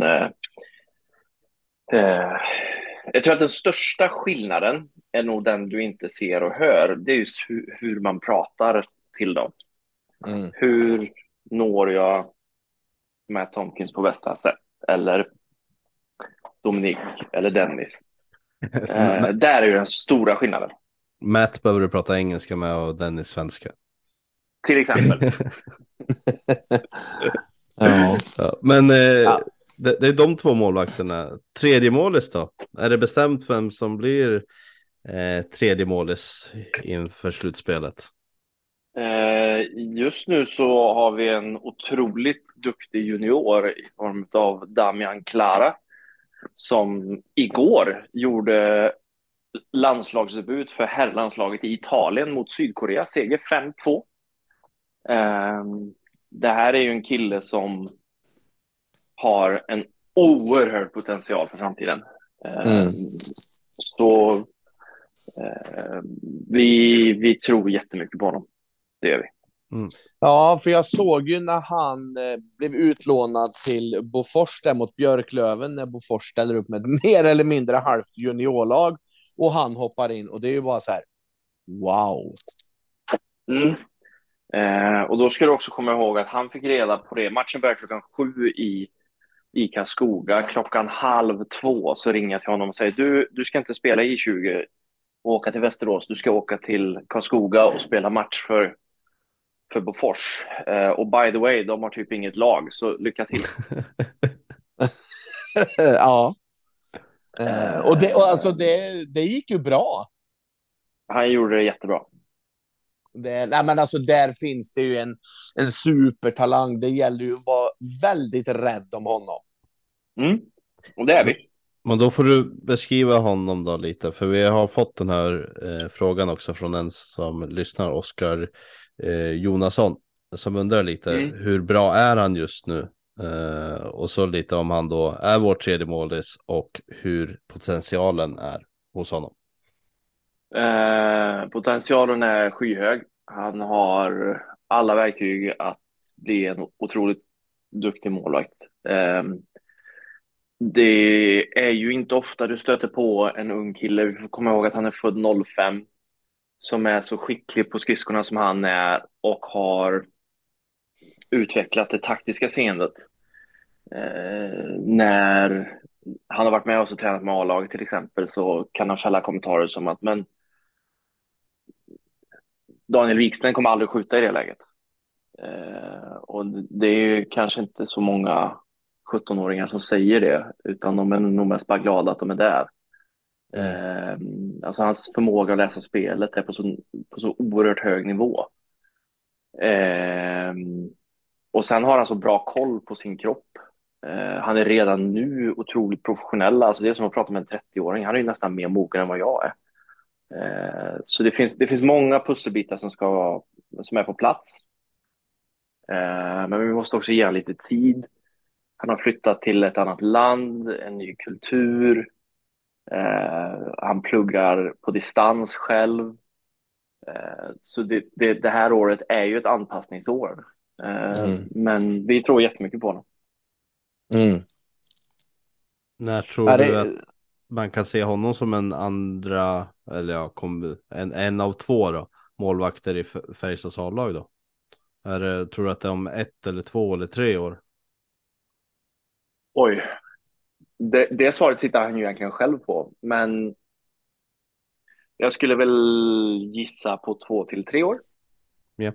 jag tror att den största skillnaden är nog den du inte ser och hör. Det är just hur man pratar till dem. Hur når jag Matt Tomkins på bästa sätt? Eller Dominic eller Dennis. Där är ju den stora skillnaden. Matt behöver du prata engelska med och Dennis svenska. Till exempel. Ja, men det är de 2 målvakterna. Tredje målis då? Är det bestämt vem som blir tredje målis inför slutspelet? Just nu så har vi en otroligt duktig junior i form av Damian Klara som igår gjorde landslagsdebut för herrlandslaget i Italien mot Sydkorea, seger 5-2. Det här är ju en kille som har en oerhörd potential för framtiden. Så vi tror jättemycket på honom. Det gör vi. Ja, för jag såg ju när han blev utlånad till Bofors där mot Björklöven, när Bofors ställer upp med ett mer eller mindre halvt juniorlag och han hoppar in och det är ju bara så här, wow. Och då ska du också komma ihåg att han fick reda på det. Matchen börjar 7:00 i Karlskoga. 1:30 så ringer jag till honom och säger du ska inte spela i 20 och åka till Västerås. Du ska åka till Karlskoga och spela match för Bofors. Och by the way, de har typ inget lag, så lycka till. Ja. Och det gick ju bra. Han gjorde det jättebra. Nej, men alltså där finns det ju en supertalang. Det gäller ju att vara väldigt rädd om honom. Och det är vi. Men då får du beskriva honom då lite, för vi har fått den här frågan också från en som lyssnar, Oskar Jonasson, som undrar lite Mm. hur bra är han just nu? Och så lite om han då är vår tredje målis och hur potentialen är hos honom. Potentialen är skyhög. Han har alla verktyg att bli en otroligt duktig målvakt. Det är ju inte ofta du stöter på en ung kille. Vi får komma ihåg att han är född 05, som är så skicklig på skridskorna som han är och har utvecklat det taktiska seendet. När han har varit med oss och tränat med A-laget till exempel, så kan han fälla kommentarer som att men Daniel Wiksten kommer aldrig skjuta i det läget. Och det är ju kanske inte så många 17-åringar som säger det, utan de är nog mest bara glada att de är där. Alltså hans förmåga att läsa spelet är på så oerhört hög nivå. Och sen har han så bra koll på sin kropp. Han är redan nu otroligt professionell. Alltså det är som att prata med en 30-åring. Han är ju nästan mer mogen än vad jag är. Så det finns många pusselbitar som är på plats. Men vi måste också ge honom lite tid. Han har flyttat till ett annat land, en ny kultur. Han pluggar på distans själv. Så det här året är ju ett anpassningsår. Men vi tror jättemycket på honom. När tror du att man kan se honom som en andra, eller ja, en av två då, målvakter i Färjestads A-lag då? Tror du att det är om 1 eller 2 eller 3 år? Oj, det svaret sitter han ju egentligen själv på. Men jag skulle väl gissa på 2 till 3 år. Ja.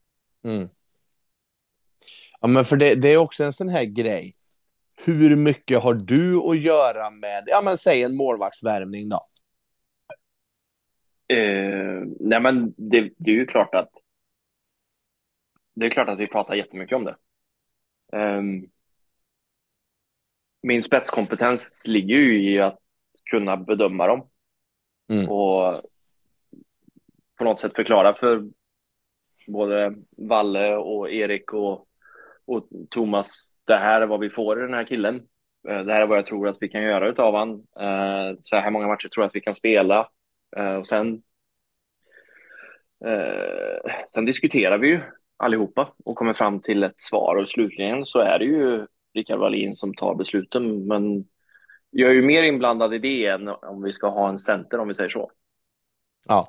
Ja, men för det är också en sån här grej. Hur mycket har du att göra med, ja men säg en målvaktsvärvning då? Nej, men det är ju klart att vi pratar jättemycket om det. Min spetskompetens ligger ju i att kunna bedöma dem och på något sätt förklara för både Valle och Erik och Thomas, det här är vad vi får i den här killen. Det här är vad jag tror att vi kan göra utav han. Så här många matcher tror jag att vi kan spela. Och sen diskuterar vi ju allihopa och kommer fram till ett svar. Och slutligen så är det ju Rickard Wallin som tar besluten. Men jag är ju mer inblandad i det än om vi ska ha en center, om vi säger så. Ja.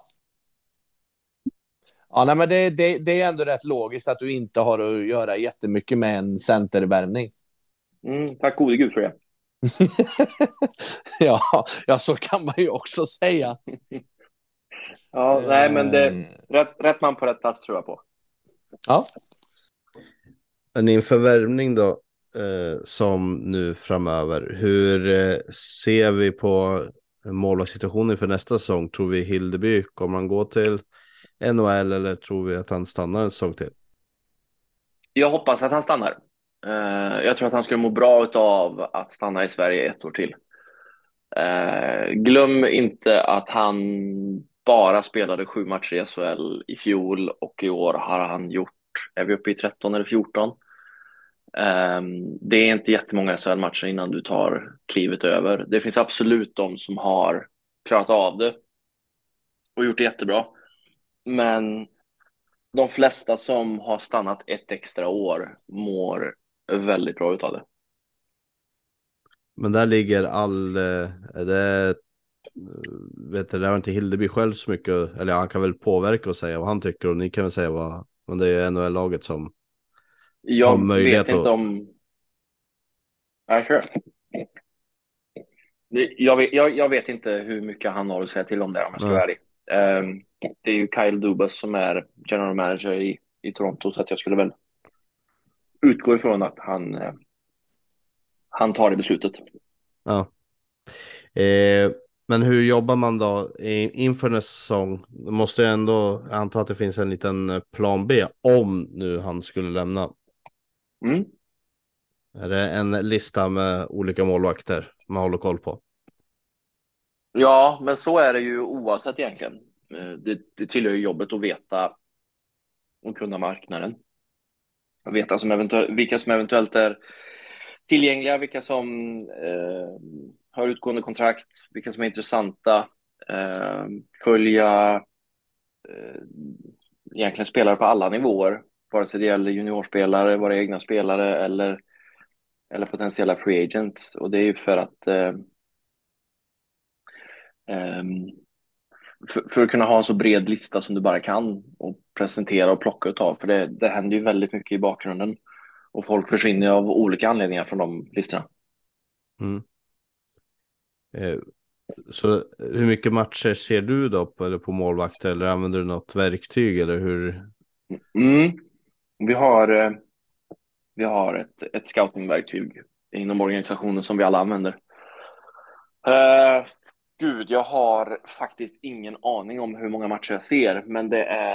Ja, nej, men det är ändå rätt logiskt att du inte har att göra jättemycket med en centervärvning. Tack gode gud för det. ja, så kan man ju också säga. Ja, nej, men rätt man på rätt plats tror jag på. Ja. En inför värvning då, som nu framöver, hur ser vi på målvaktssituationen för nästa säsong? Tror vi Hildeby kommer han gå till NHL, eller tror vi att han stannar en säsong till? Jag hoppas att han stannar. Jag tror att han skulle må bra av att stanna i Sverige 1 år till. Glöm inte att han bara spelade 7 matcher i SHL i fjol, och i år har han gjort, är vi uppe i 13 eller 14? Det är inte jättemånga SHL-matcher innan du tar klivet över. Det finns absolut de som har klarat av det och gjort det jättebra. Men de flesta som har stannat 1 extra år mår väldigt bra utav det. Men där ligger det har inte Hildeby själv så mycket, eller han kan väl påverka och säga vad han tycker, och ni kan väl säga vad, men det är NHL-laget som har möjlighet vet inte om... Jag vet inte hur mycket han har att säga till om det, om jag ska vara ärlig. Det är ju Kyle Dubas som är general manager i Toronto, så att jag skulle väl utgå ifrån att han tar det beslutet. Ja. Men hur jobbar man då inför nästa säsong? Måste jag ändå anta att det finns en liten plan B om nu han skulle lämna. Är det en lista med olika målvakter man håller koll på? Ja, men så är det ju oavsett egentligen. Det tillhör ju jobbet att veta och kunna marknaden. Att veta vilka som eventuellt är tillgängliga, vilka som har utgående kontrakt, vilka som är intressanta. Följa egentligen spelare på alla nivåer, vare sig det gäller juniorspelare, våra egna spelare eller potentiella free agents. Och det är ju för att ehm, för att kunna ha en så bred lista som du bara kan och presentera och plocka utav. För det händer ju väldigt mycket i bakgrunden och folk försvinner av olika anledningar från de listorna. Mm. Eh, Så hur mycket matcher ser du då på, eller på målvakt, eller använder du något verktyg eller hur? Mm. Vi har, vi har ett scoutingverktyg inom organisationen som vi alla använder. Gud, jag har faktiskt ingen aning om hur många matcher jag ser, men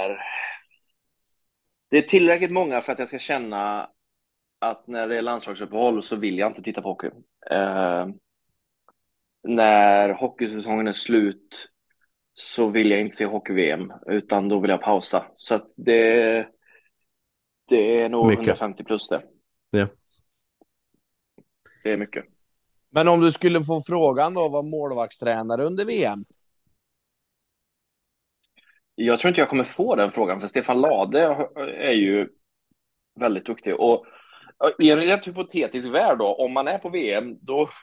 det är tillräckligt många för att jag ska känna att när det är landslagsuppehåll så vill jag inte titta på hockey. När hockeysäsongen är slut så vill jag inte se hockey-VM, utan då vill jag pausa. Så att det är nog Mycket. 150 plus det. Ja. Det är mycket. Men om du skulle få frågan då, var målvaktstränare under VM? Jag tror inte jag kommer få den frågan, för Stefan Lade är ju väldigt duktig. Och i en rätt hypotetisk värld då, om man är på VM,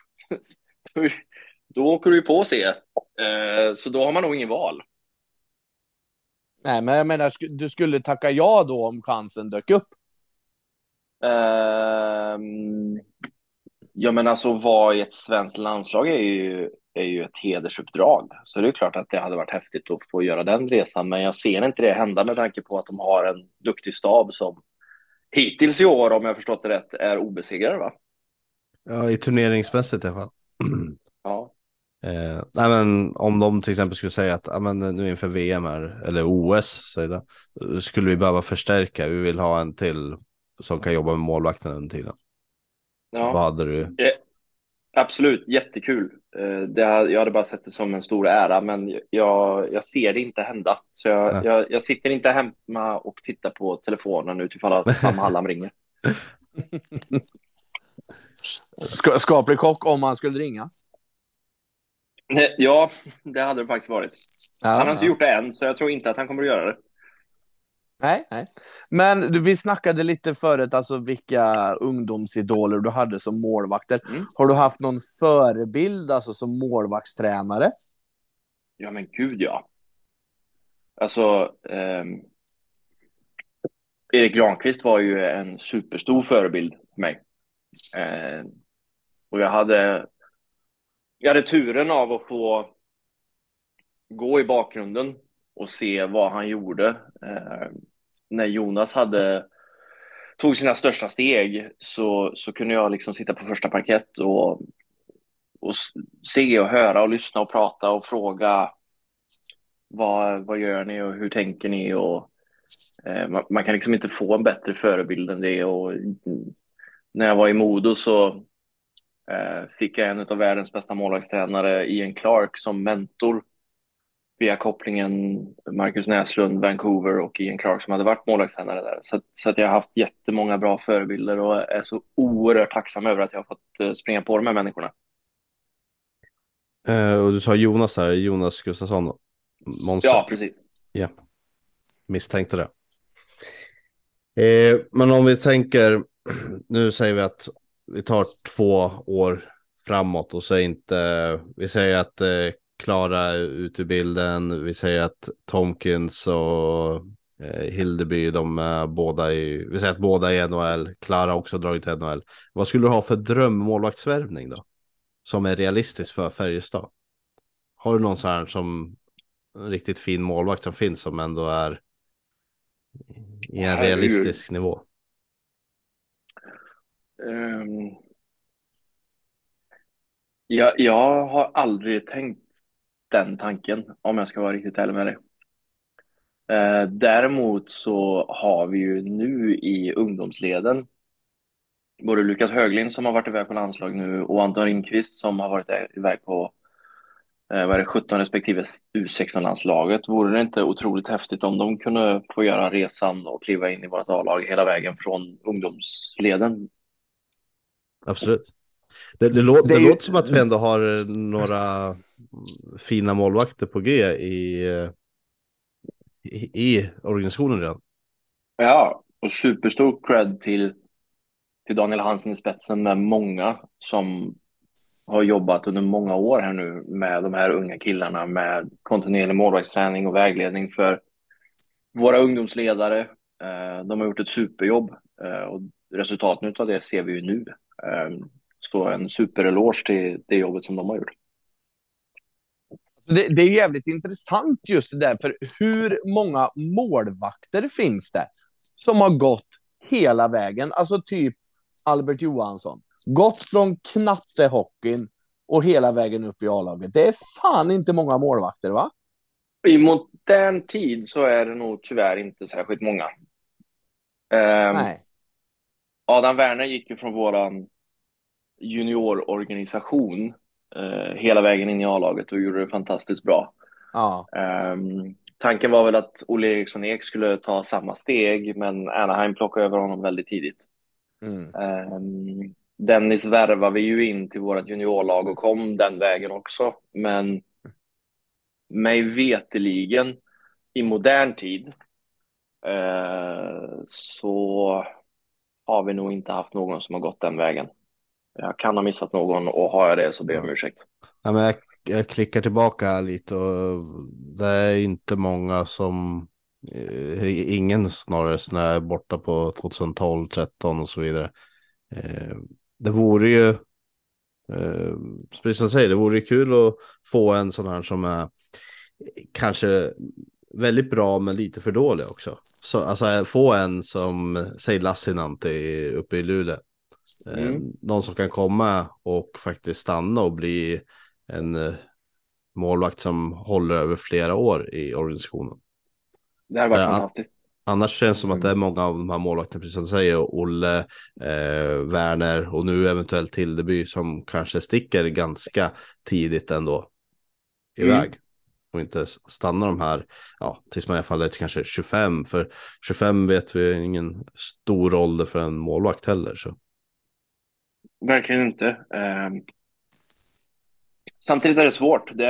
då åker du ju på att se. Så då har man nog ingen val. Nej, men jag menar, du skulle tacka ja då om chansen dök upp. Ehm, Ja, men alltså vara i ett svenskt landslag är ju ett hedersuppdrag. Så det är klart att det hade varit häftigt att få göra den resan. Men jag ser inte det hända med tanke på att de har en duktig stab som hittills i år, om jag har förstått det rätt, är obesegrade, va? Ja, i turneringsmässigt i alla fall. Ja. Nej, men om de till exempel skulle säga att ja, men nu inför VM här, eller OS säger det, skulle vi behöva förstärka. Vi vill ha en till som kan jobba med målvakten under tiden. Vad Ja. hade du? Absolut, jättekul. Jag hade bara sett det som en stor ära, men jag ser det inte hända. Så Nej. jag sitter inte hemma och tittar på telefonen utifall att Sam Hallam ringer. Skaplig chock om han skulle ringa. Ja, det hade det faktiskt varit. Ja, Han har inte ja. gjort det än, så jag tror inte att han kommer att göra det. Nej, nej. Men vi snackade lite förut, alltså vilka ungdomsidoler du hade som målvakter. Mm. Har du haft någon förebild alltså som målvaktstränare? Ja, men gud ja. Alltså, Erik Granqvist var ju en superstor förebild för mig. Och jag hade turen av att få gå i bakgrunden och se vad han gjorde. När Jonas tog sina största steg så kunde jag liksom sitta på första parkett och se och höra och lyssna och prata och fråga vad gör ni och hur tänker ni? Och man kan liksom inte få en bättre förebild än det. Och när jag var i Modo så fick jag en av världens bästa målvaktstränare, Ian Clark, som mentor via kopplingen Marcus Näslund, Vancouver, och Ian Clark som hade varit målvaktstränare där. Så att jag har haft jättemånga bra förebilder och är så oerhört tacksam över att jag har fått springa på de här människorna. Och du sa Jonas här, Jonas Gustafsson. Måns. Ja, precis. Ja, misstänkte det. Men om vi tänker, nu säger vi att vi tar 2 år framåt och så inte, vi säger att Klara är ute i bilden, vi säger att Tomkins och Hildeby, de är vi säger att båda är i NHL, Klara också dragit till NHL. Vad skulle du ha för drömmålvaktsvärvning då? Som är realistisk för Färjestad? Har du någon sån här som en riktigt fin målvakt som finns som ändå är i en realistisk nivå? Jag har aldrig tänkt den tanken, om jag ska vara riktigt ärlig med dig. Däremot så har vi ju nu i ungdomsleden både Lukas Höglind som har varit iväg på landslag nu och Anton Ringqvist som har varit iväg på vad är det, 17 respektive U16-landslaget. Vore det inte otroligt häftigt om de kunde få göra resan och kliva in i vårt A-lag hela vägen från ungdomsleden? Absolut. Det Det är ju, låter som att vi ändå har några fina målvakter på G i organisationen redan. Ja, och superstor cred till Daniel Hansen i spetsen med många som har jobbat under många år här nu med de här unga killarna med kontinuerlig målvaktsträning och vägledning för våra ungdomsledare. De har gjort ett superjobb och resultaten av det ser vi ju nu. Så en supereloge till det jobbet som de har gjort. det är jävligt intressant just det där, för hur många målvakter finns det som har gått hela vägen? Alltså typ Albert Johansson. Gått från knattehockeyn och hela vägen upp i A-laget. Det är fan inte många målvakter, va? I modern tid så är det nog tyvärr inte särskilt många. Eh, Nej. Adam Werner gick ju från våran juniororganisation hela vägen in i A-laget och gjorde det fantastiskt bra. Ja. Tanken var väl att Olle Eriksson Ek skulle ta samma steg, men Anaheim plockade över honom väldigt tidigt. Dennis värvade vi ju in till vårt juniorlag och kom den vägen också, men mig veteligen i modern tid så har vi nog inte haft någon som har gått den vägen. Jag kan ha missat någon och har jag det så ber jag om ursäkt. Ja, men jag klickar tillbaka här lite och det är inte många som ingen snarare som är borta på 2012, 13 och så vidare. Det vore ju precis som jag säger, det vore kul att få en sån här som är kanske väldigt bra men lite för dålig också. Så, alltså få en som säger Lassinantti uppe i Luleå. Någon som kan komma och faktiskt stanna och bli en målvakt som håller över flera år i organisationen. Det här var fantastiskt. Annars känns det som att det är många av de här målvakterna, precis som du säger, Olle, Werner och nu eventuellt Hildeby som kanske sticker ganska tidigt ändå iväg. Och inte stannar de här, ja, tills man i alla fall är kanske 25. För 25 vet vi ingen stor ålder för en målvakt heller. Så. Verkligen inte. Samtidigt är det svårt. Det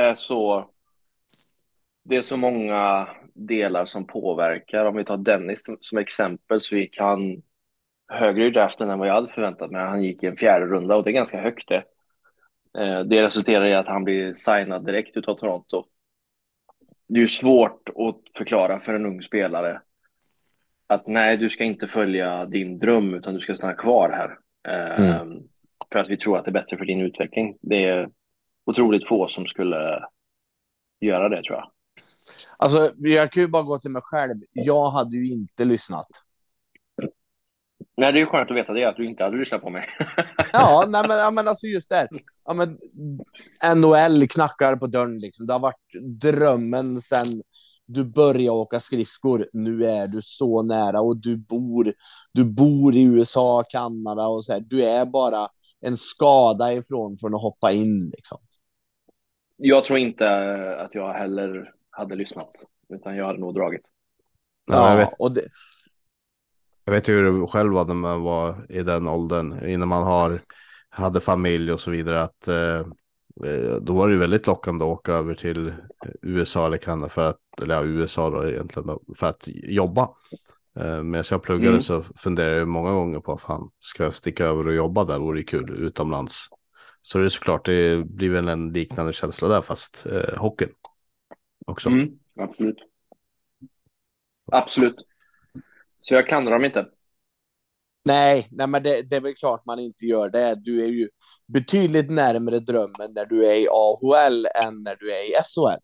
är så många delar som påverkar. Om vi tar Dennis som exempel så gick han högre i draften än vad jag hade förväntat mig. Han gick i en 4:e runda och det är ganska högt det. Det resulterar i att han blir signad direkt utav Toronto. Det är ju svårt att förklara för en ung spelare att nej, du ska inte följa din dröm utan du ska stanna kvar här. För att vi tror att det är bättre för din utveckling. Det är otroligt få som skulle göra det, tror jag. Alltså, jag kan ju bara gå till mig själv. Jag hade ju inte lyssnat. Nej, det är ju skönt att veta det, att du inte hade lyssnat på mig. Ja, nej, men alltså just det. Ja, men NHL knackar på dörren liksom. Det har varit drömmen sen du började åka skridskor. Nu är du så nära och du bor i USA, Kanada och så här. Du är bara en skada ifrån från att hoppa in liksom. Jag tror inte att jag heller hade lyssnat, utan jag hade nog dragit. Ja, och det... Jag vet ju hur det själv var när man var i den åldern, innan man hade familj och så vidare, att då var det ju väldigt lockande att åka över till USA eller Kanada USA då egentligen för att jobba. Men jag pluggade så funderade jag många gånger på fan, ska jag sticka över och jobba där, vore det kul utomlands. Så det är såklart, det blir väl en liknande känsla där, fast hockeyn också. Absolut. Absolut. Så jag klandrar dem inte. Nej, men det är väl klart man inte gör det. Du är ju betydligt närmare drömmen när du är i AHL än när du är i SHL.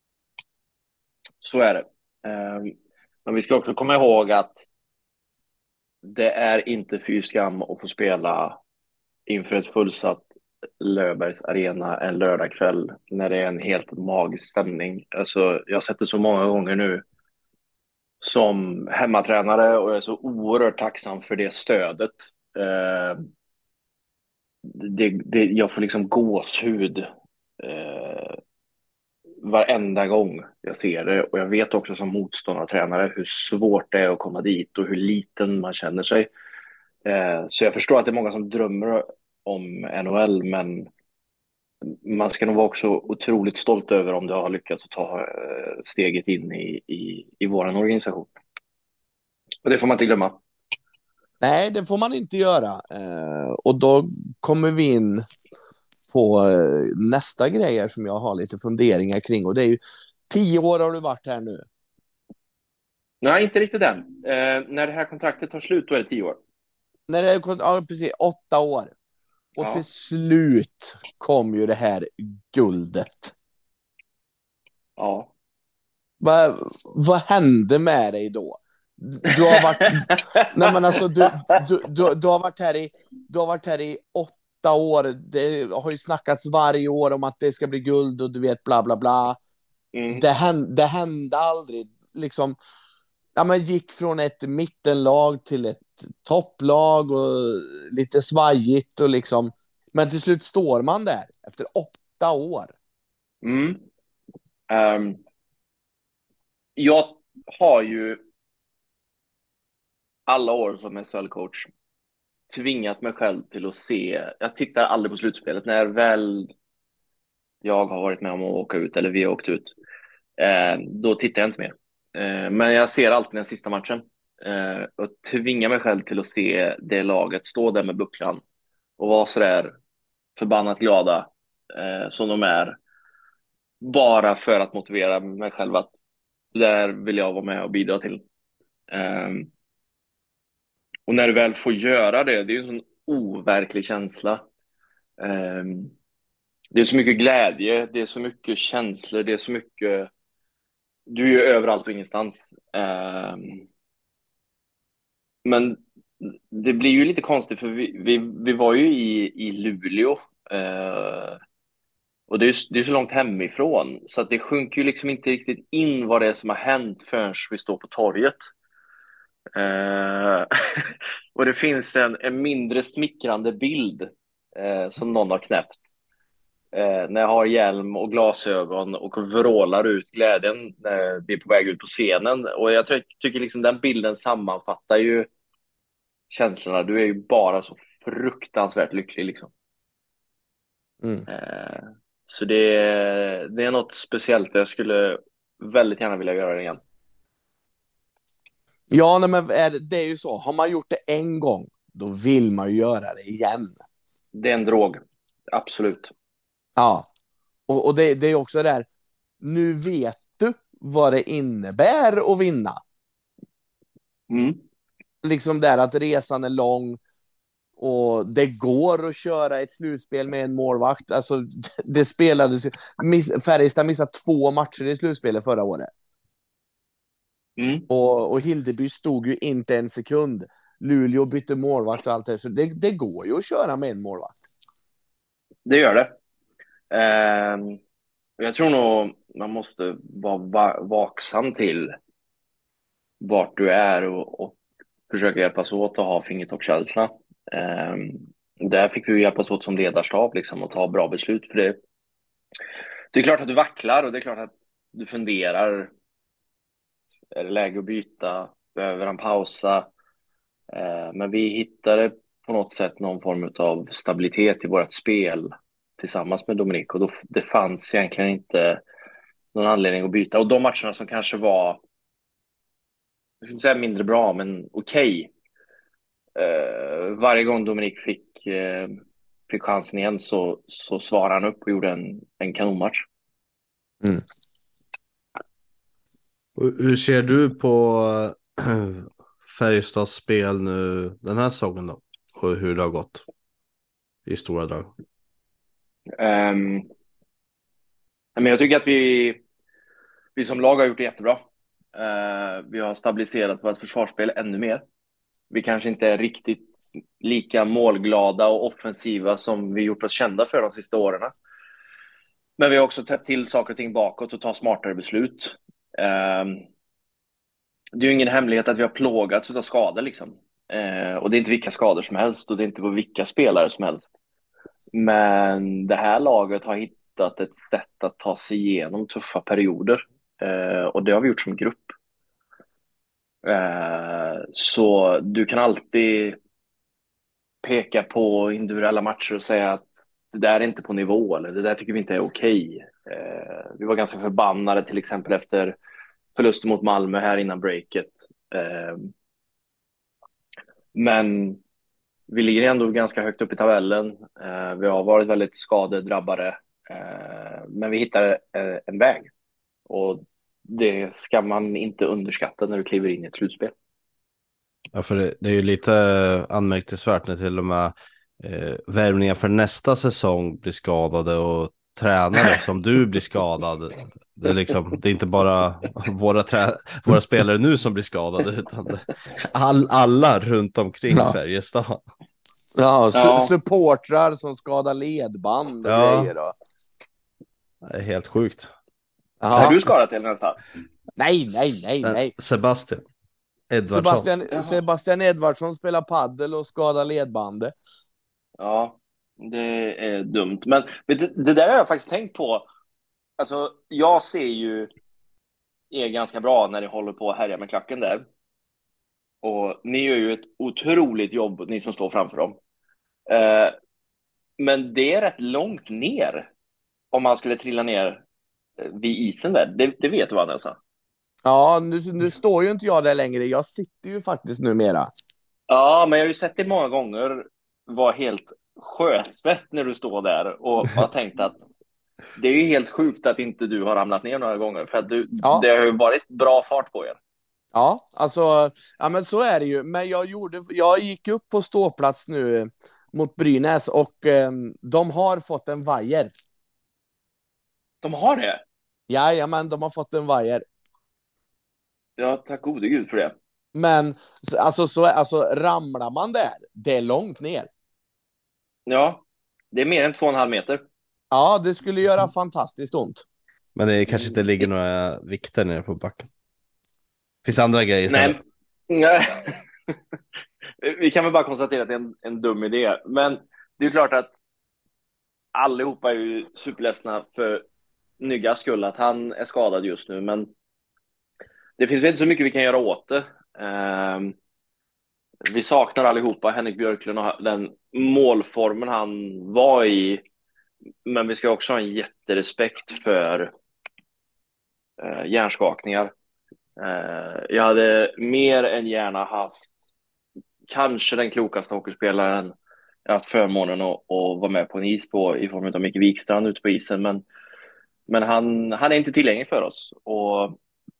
Så är det. Men vi ska också komma ihåg att det är inte fy skam att få spela inför ett fullsatt Löfbergs arena en lördagkväll när det är en helt magisk stämning. Alltså, jag har sett det så många gånger nu som hemmatränare och jag är så oerhört tacksam för det stödet Jag får liksom gåshud varenda gång jag ser det. Och jag vet också som motståndartränare hur svårt det är att komma dit och hur liten man känner sig. Så jag förstår att det är många som drömmer om NHL, men man ska nog vara också otroligt stolt över om du har lyckats att ta steget in i vår organisation. Och det får man inte glömma. Nej, det får man inte göra. Och då kommer vi in på nästa grej här som jag har lite funderingar kring. Och det är ju 10 år har du varit här nu. Nej, inte riktigt än. När det här kontraktet tar slut, då är det 10 år. När det, ja, precis, 8 år. Och Ja. till slut kom ju det här guldet. Ja. Vad hände med dig då? Du har varit, nej men alltså, du har varit här i 8 år. Det har ju snackats varje år om att det ska bli guld och du vet bla bla bla. Mm. Det hände aldrig. Liksom, ja, man gick från ett mittenlag till ett topplag och lite svajigt och liksom. Men till slut står man där efter 8 år. Mm. Jag har ju alla år som SHL-coach tvingat mig själv till att se. Jag tittar aldrig på slutspelet när väl jag har varit med om att åka ut eller vi har åkt ut. Då tittar jag inte mer. Men jag ser alltid den sista matchen och tvingar mig själv till att se det laget stå där med bucklan och vara så där förbannat glada som de är, bara för att motivera mig själv att det där vill jag vara med och bidra till. Och när du väl får göra det, det är en sån overklig känsla. Det är så mycket glädje, det är så mycket känslor, det är så mycket. Du är ju överallt och ingenstans. Men det blir ju lite konstigt för vi var ju i Luleå. Och det är så långt hemifrån så att det sjunker ju liksom inte riktigt in vad det är som har hänt förrän vi står på torget. Och det finns en mindre smickrande bild som någon har knäppt. När jag har hjälm och glasögon och vrålar ut glädjen när vi är på väg ut på scenen. Och jag tycker liksom den bilden sammanfattar ju känslorna. Du är ju bara så fruktansvärt lycklig liksom. Mm. Så det är något speciellt. Jag skulle väldigt gärna vilja göra det igen. Ja, nej, men det är ju så. Har man gjort det en gång, då vill man ju göra det igen. Det är en drog, absolut. Ja, och det är också där. Nu vet du vad det innebär att vinna. Mm. Liksom där att resan är lång och det går att köra ett slutspel med en målvakt. Alltså, det spelades ju. Färjestad missade 2 matcher i slutspelet förra året. Mm. Och Hildeby stod ju inte en sekund. Luleå bytte målvakt och allt det. Så det går ju att köra med en målvakt. Det gör det. Jag tror nog man måste vara vaksam till vart du är och försöka hjälpas åt att ha fingertoppskänsla. Där fick vi hjälpas åt som ledarstab liksom, och ta bra beslut. För det är klart att du vacklar och det är klart att du funderar. Är det läge att byta? Behöver han pausa? Men vi hittade på något sätt någon form av stabilitet i vårt spel tillsammans med Dominik. Och då, det fanns egentligen inte någon anledning att byta. Och de matcherna som kanske var, jag ska inte säga mindre bra, men okej. Varje gång Dominik fick chansen igen så svarade han upp och gjorde en kanonmatch. Mm. Hur ser du på Färjestads spel nu den här säsongen då? Och hur det har gått i stora drag? Men jag tycker att vi som lag har gjort det jättebra. Vi har stabiliserat vårt försvarsspel ännu mer. Vi kanske inte är riktigt lika målglada och offensiva som vi gjort oss kända för de sista åren. Men vi har också täppt till saker och ting bakåt och tar smartare beslut. Det är ju ingen hemlighet att vi har plågats av skador liksom. Och det är inte vilka skador som helst och det är inte på vilka spelare som helst. Men det här laget har hittat ett sätt att ta sig igenom tuffa perioder. Och det har vi gjort som grupp. Så du kan alltid peka på individuella matcher och säga att det där är inte på nivå eller det där tycker vi inte är okej. Vi var ganska förbannade till exempel efter förlusten mot Malmö här innan breaket. Men vi ligger ändå ganska högt upp i tabellen. Vi har varit väldigt skadedrabbade. Men vi hittar en väg. Och det ska man inte underskatta när du kliver in i ett slutspel. Ja, för det är ju lite anmärkningsvärt när till och med värvningar för nästa säsong blir skadade och tränare som du blir skadad. Det är liksom, det är inte bara våra spelare nu som blir skadade utan alla runt omkring Färjestad. Ja, Ja. supportrar som skadar ledband och grejer då. Det är helt sjukt. Har Ja. du skadat dig nästan? Nej. Sebastian Edvardsson. Sebastian Edvardsson spelar paddel och skadar ledbandet. Ja, det är dumt. Men vet du, det där har jag faktiskt tänkt på. Alltså, jag ser ju er ganska bra när ni håller på att härja med klacken där. Och ni gör ju ett otroligt jobb, ni som står framför dem. Men det är rätt långt ner om man skulle trilla ner vid isen där. Det vet du vad jag sa. Ja, nu står ju inte jag där längre. Jag sitter ju faktiskt numera. Ja, men jag har ju sett det många gånger vara helt sjösvett när du står där och har tänkt att det är ju helt sjukt att inte du har ramlat ner några gånger för att det har ju varit bra fart på er. Ja, alltså, ja men så är det ju. Men jag gick upp på ståplats nu mot Brynäs och de har fått en vajer. De har det? Jajamän, de har fått en vajer. Ja, tack gode gud för det. Men alltså ramlar man där, det är långt ner. Ja, det är mer än 2,5 meter. Ja, det skulle göra fantastiskt ont. Men det kanske inte ligger några vikter nere på backen. Finns andra grejer istället. Nej. Vi kan väl bara konstatera att det är en dum idé. Men det är ju klart att allihopa är ju superledsna för Nyggas skull att han är skadad just nu. Men det finns väl inte så mycket vi kan göra åt det. Vi saknar allihopa Henrik Björklund och den målformen han var i. Men vi ska också ha en jätterespekt för hjärnskakningar. Jag hade mer än gärna haft kanske den klokaste hockeyspelaren jag haft förmånen att vara med på en is på i form av Micke Wikstrand ute på isen. Men han är inte tillgänglig för oss. Och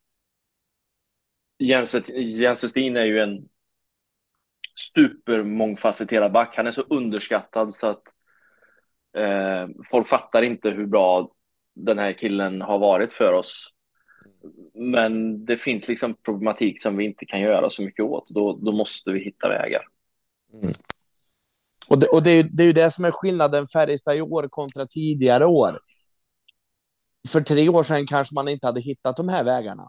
Jens Westin är ju en supermångfacetterad back. Han är så underskattad så att folk fattar inte hur bra den här killen har varit för oss. Men det finns liksom problematik som vi inte kan göra så mycket åt. Då måste vi hitta vägar. Mm. Och det är ju det som är skillnaden Färjestad i år kontra tidigare år. För 3 år sedan kanske man inte hade hittat de här vägarna.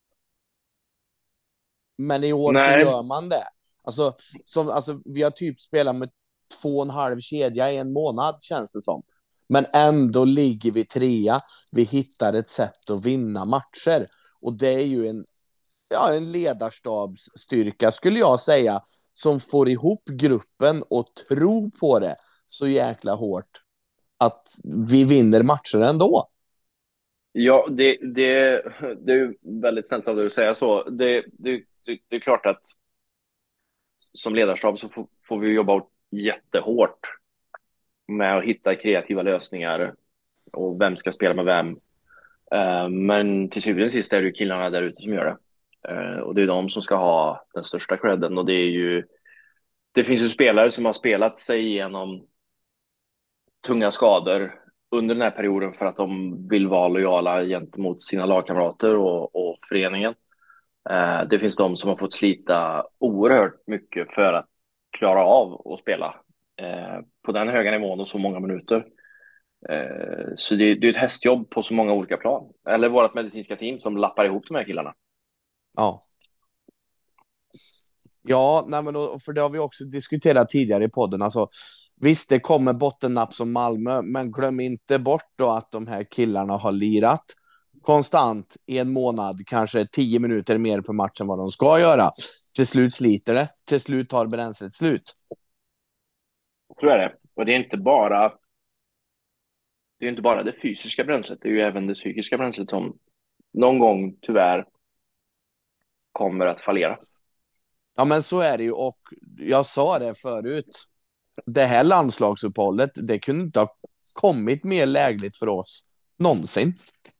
Men i år så gör man det. Alltså, vi har typ spelat med 2,5 kedja i en månad, känns det som. Men ändå ligger vi 3. Vi hittar ett sätt att vinna matcher. Och det är ju en ledarstabsstyrka, skulle jag säga, som får ihop gruppen och tro på det så jäkla hårt att vi vinner matcher ändå. Ja, det är ju väldigt snällt av dig att säga så. Det är klart att som ledarstab så får vi jobba jättehårt med att hitta kreativa lösningar och vem ska spela med vem. Men till syvende och sist är det ju killarna där ute som gör det. Och det är de som ska ha den största credden. Och det finns ju spelare som har spelat sig igenom tunga skador under den här perioden för att de vill vara lojala gentemot sina lagkamrater och föreningen. Det finns de som har fått slita oerhört mycket för att klara av att spela på den höga nivån och så många minuter. Så det är ett hästjobb på så många olika plan. Eller vårt medicinska team som lappar ihop de här killarna. Ja. Ja, nej, men för det har vi också diskuterat tidigare i podden. Alltså, visst, det kommer bottennapp som Malmö, men glöm inte bort då att de här killarna har lirat konstant i en månad, kanske 10 minuter mer per match än vad de ska göra. Till slut sliter det. Till slut tar bränslet slut. Tror jag det. Och det är inte bara det fysiska bränslet, det är ju även det psykiska bränslet som någon gång tyvärr kommer att fallera. Ja, men så är det ju. Och jag sa det förut. Det här landslagsuppehållet, det kunde inte ha kommit mer lägligt för oss någonsin.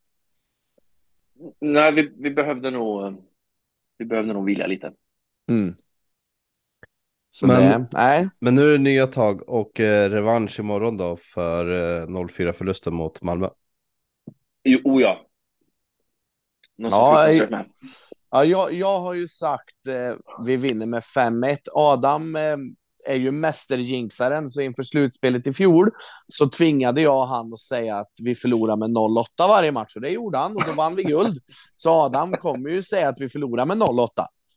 Nej, vi behövde nog vila lite. Mm. Så Men, det, nej. men nu är det nya tag och revansch imorgon då för 0-4-förlusten mot Malmö. Jo, ja. Något så Ja, fruktansvärt med. ja, jag har ju sagt vi vinner med 5-1. Adam är ju mästerjinxaren, så inför slutspelet i fjol så tvingade jag han att säga att vi förlorar med 0-8 varje match, och det gjorde han, och då vann vi guld. Så Adam kommer ju säga att vi förlorar med 0-8.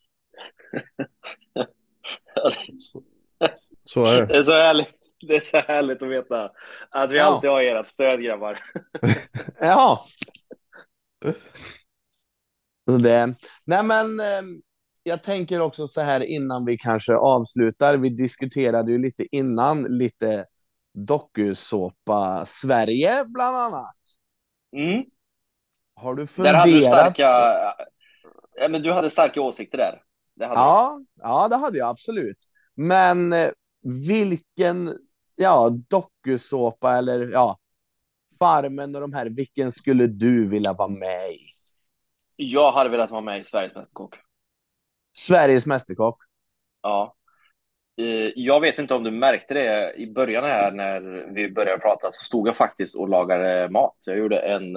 Så är Det det. är så härligt. Det är så härligt att veta att vi Ja. alltid har ert stöd, grabbar. Ja. Det. Nej, men jag tänker också så här innan vi kanske avslutar. Vi diskuterade ju lite innan, lite dokusåpa Sverige bland annat. Mm. Har du Där hade du funderat? men du hade starka åsikter där. Det hade du. Ja, det hade jag absolut. Men vilken, dokusåpa eller Farmen och de här, vilken skulle du vilja vara med i? Jag hade velat vara med i Sveriges Mästerkock. Sveriges Mästerkock. Ja. Jag vet inte om du märkte det i början här när vi började prata, så stod jag faktiskt och lagade mat. Jag gjorde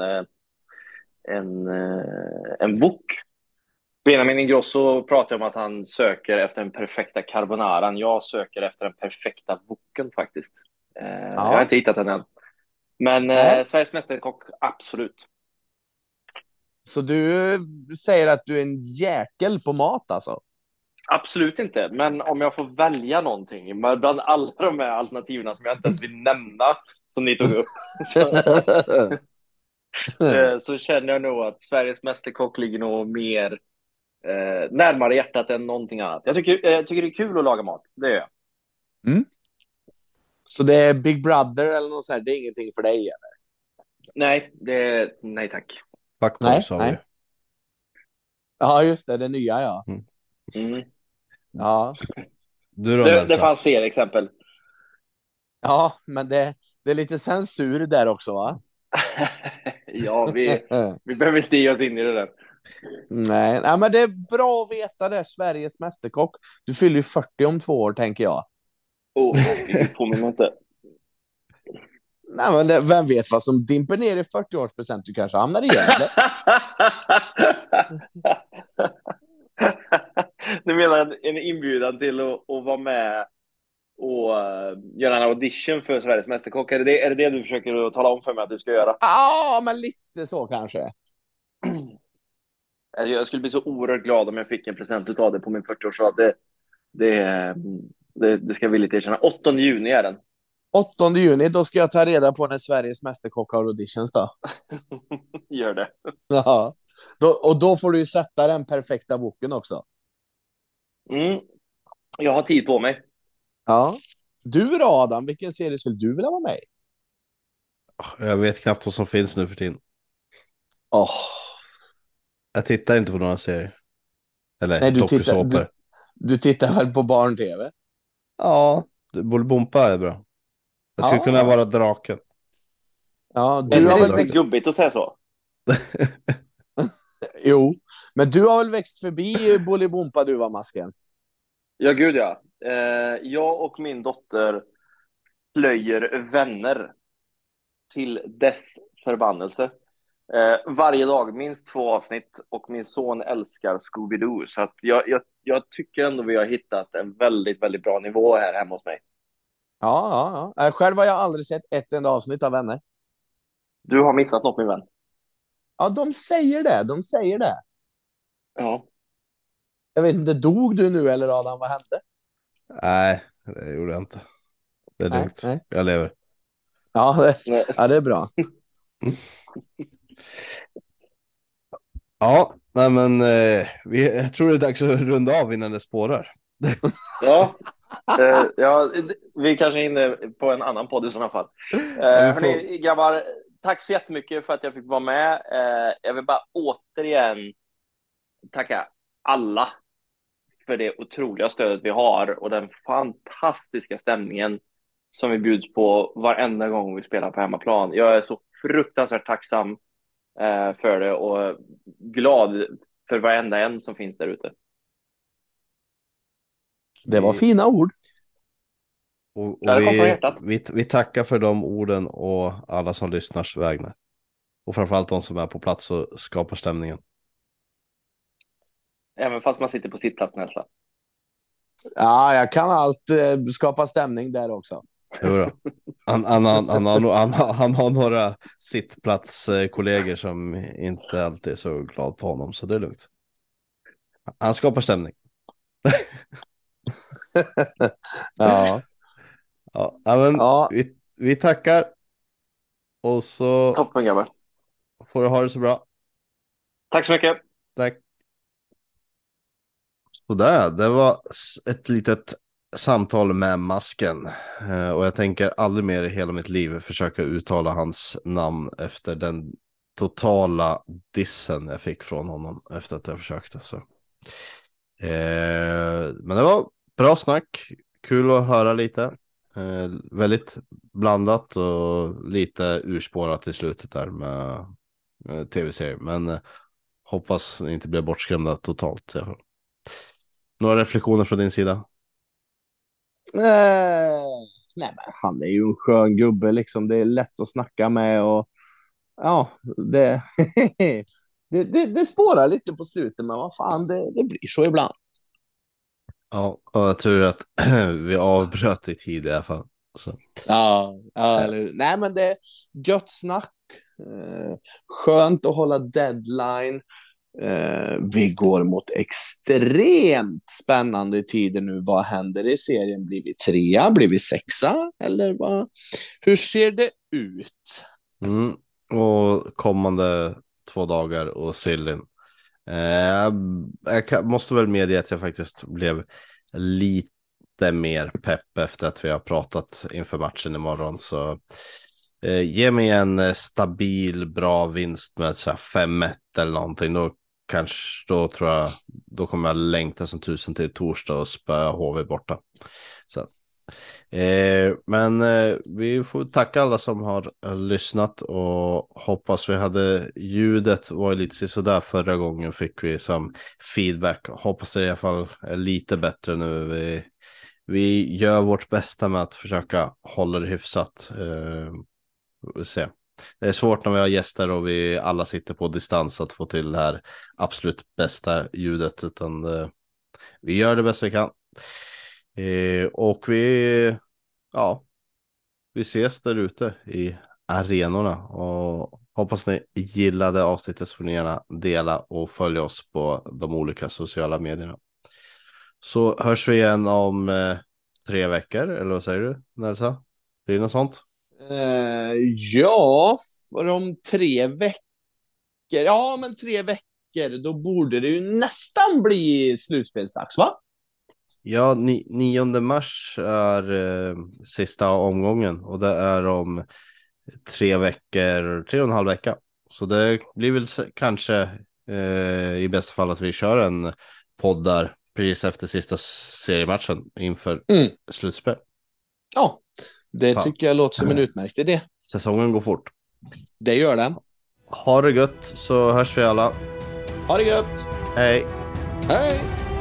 en wok. Benjamin Ingrosso pratar om att han söker efter den perfekta carbonaran. Jag söker efter den perfekta woken faktiskt. Jag har Ja. inte hittat den än. Men Nej. Sveriges Mästerkock, absolut. Så du säger att du är en jäkel på mat alltså? Absolut inte, men om jag får välja någonting bland alla de här alternativen som jag inte ens vill nämna, som ni tog upp, så känner jag nog att Sveriges Mästerkock ligger nog mer närmare hjärtat än någonting annat. Jag tycker det är kul att laga mat, det gör jag. Mm. Så det är Big Brother eller något sånt här, det är ingenting för dig eller? Nej tack. Backtorg sa vi. Ja, just det nya, ja. Mm. Ja. Du då, Det Nelsa? fanns fler exempel. Ja, men det är lite censur där också, va? Ja, vi behöver inte ge oss in i det där. Nej, men det är bra att veta det. Sveriges Mästerkock. Du fyller ju 40 om 2 år, tänker jag. Herregud, påminner inte. Nej, men vem vet vad som dimper ner i 40-årspresent. Du kanske hamnar i Gävle. Du menar en inbjudan till att vara med och göra en audition för Sveriges Mästerkock? Är det du försöker tala om för mig att du ska göra? Ja, men lite så kanske. Alltså, jag skulle bli så oerhört glad om jag fick en present av det på min 40-årsdag. Det ska jag villigt erkänna. 8 juni är den. 8 juni, då ska jag ta reda på när Sveriges Mästerkock har auditions då. Gör det. Ja. Då får du ju sätta den perfekta boken också. Jag har tid på mig. Ja. Du då, Adam, vilken serie skulle du vilja vara med i? Jag vet knappt vad som finns nu för tiden. Åh. Jag tittar inte på några serier. Eller Nej, dokusåpor. du tittar väl på barn-tv? Ja, Bolibompa är bra. Jag skulle kunna vara draken. Ja, Det du har är väl inte växt... gubbigt att säga så. Jo, men du har väl växt förbi Bolibompa, du var masken? Ja, gud ja. Jag och min dotter plöjer vänner till dess förbannelse. Varje dag, minst 2 avsnitt, och min son älskar Scooby-Doo. Så att jag tycker ändå vi har hittat en väldigt, väldigt bra nivå här hemma hos mig. Ja. Själv har jag aldrig sett ett enda avsnitt av Vänner. Du har missat något, min vän. Ja, de säger det. Ja. Jag vet inte, dog du nu eller Adam, vad hände? Nej, det gjorde jag inte. Det är Nej, lugnt. nej. Jag lever. Ja, det är bra. Ja, nej men jag tror det är dags att runda av innan det spårar. Ja, ja, vi kanske är inne på en annan podd i sådana fall. Ja, vi får... Hörni, grabbar, tack så jättemycket för att jag fick vara med. Jag vill bara återigen tacka alla för det otroliga stödet vi har och den fantastiska stämningen som vi bjuds på varenda gång vi spelar på hemmaplan. Jag är så fruktansvärt tacksam för det och glad för varenda en som finns där ute. Det var fina ord. Och Ja, det kom från hjärtat. vi tackar för de orden och alla som lyssnars vägnar. Och framförallt de som är på plats och skapar stämningen. Även fast man sitter på sittplatsen, Elsa. Ja, jag kan allt skapa stämning där också. Jo då. Han har några sittplatskollegor som inte alltid är så glad på honom, så det är lugnt. Han skapar stämning. Ja. Ja, men Ja. vi tackar. Och så Toppen, grabbar. får du ha det så bra. Tack så mycket. Tack. Sådär, det var ett litet samtal med Masken. Och jag tänker aldrig mer i hela mitt liv försöka uttala hans namn efter den totala dissen jag fick från honom efter att jag försökte. Så. Men det var bra snack. Kul att höra lite. Väldigt blandat och lite urspårat i slutet där med tv-serier. Men hoppas ni inte blir bortskrämda totalt i alla fall. Några reflektioner från din sida? Nej, men han är ju en skön gubbe liksom. Det är lätt att snacka med och ja, det spårar lite på slutet, men vad fan, det blir så ibland. Ja, och jag tror att vi avbröt i tid i alla fall. Så. Ja, eller nej, men det är gött snack. Skönt att hålla deadline. Vi går mot extremt spännande tider nu. Vad händer i serien? Blir vi 3? Blir vi 6? Eller vad? Hur ser det ut? Och kommande 2 dagar och Sillin. Jag måste väl medge att jag faktiskt blev lite mer pepp efter att vi har pratat inför matchen imorgon. Så ge mig en stabil, bra vinst med så här 5-1 eller någonting. Då tror jag, då kommer jag längta som tusen till torsdag och spöa HV borta. Så. Men vi får tacka alla som har lyssnat och hoppas vi hade ljudet var lite så där förra gången fick vi som feedback. Hoppas det i alla fall är lite bättre nu. Vi gör vårt bästa med att försöka hålla det hyfsat. Vi se. Det är svårt när vi har gäster och vi alla sitter på distans att få till det här absolut bästa ljudet, utan vi gör det bästa vi kan. Och vi ses där ute i arenorna och hoppas ni gillade avsnittet, så får ni gärna dela och följa oss på de olika sociala medierna. Så hörs vi igen om 3 veckor, eller vad säger du, Nelsa? Blir det något sånt? Ja, för om 3 veckor. Ja, men 3 veckor, då borde det ju nästan bli slutspelsdags, va? Ja, 9 mars är sista omgången och det är om 3 veckor, 3,5 vecka. Så det blir väl kanske i bästa fall att vi kör en podd där precis efter sista seriematchen inför slutspel. Ja, det tycker jag låter som en utmärkt idé. Säsongen går fort. Det gör den. Ha det gött, så hörs vi alla. Ha det gött! Hej! Hej!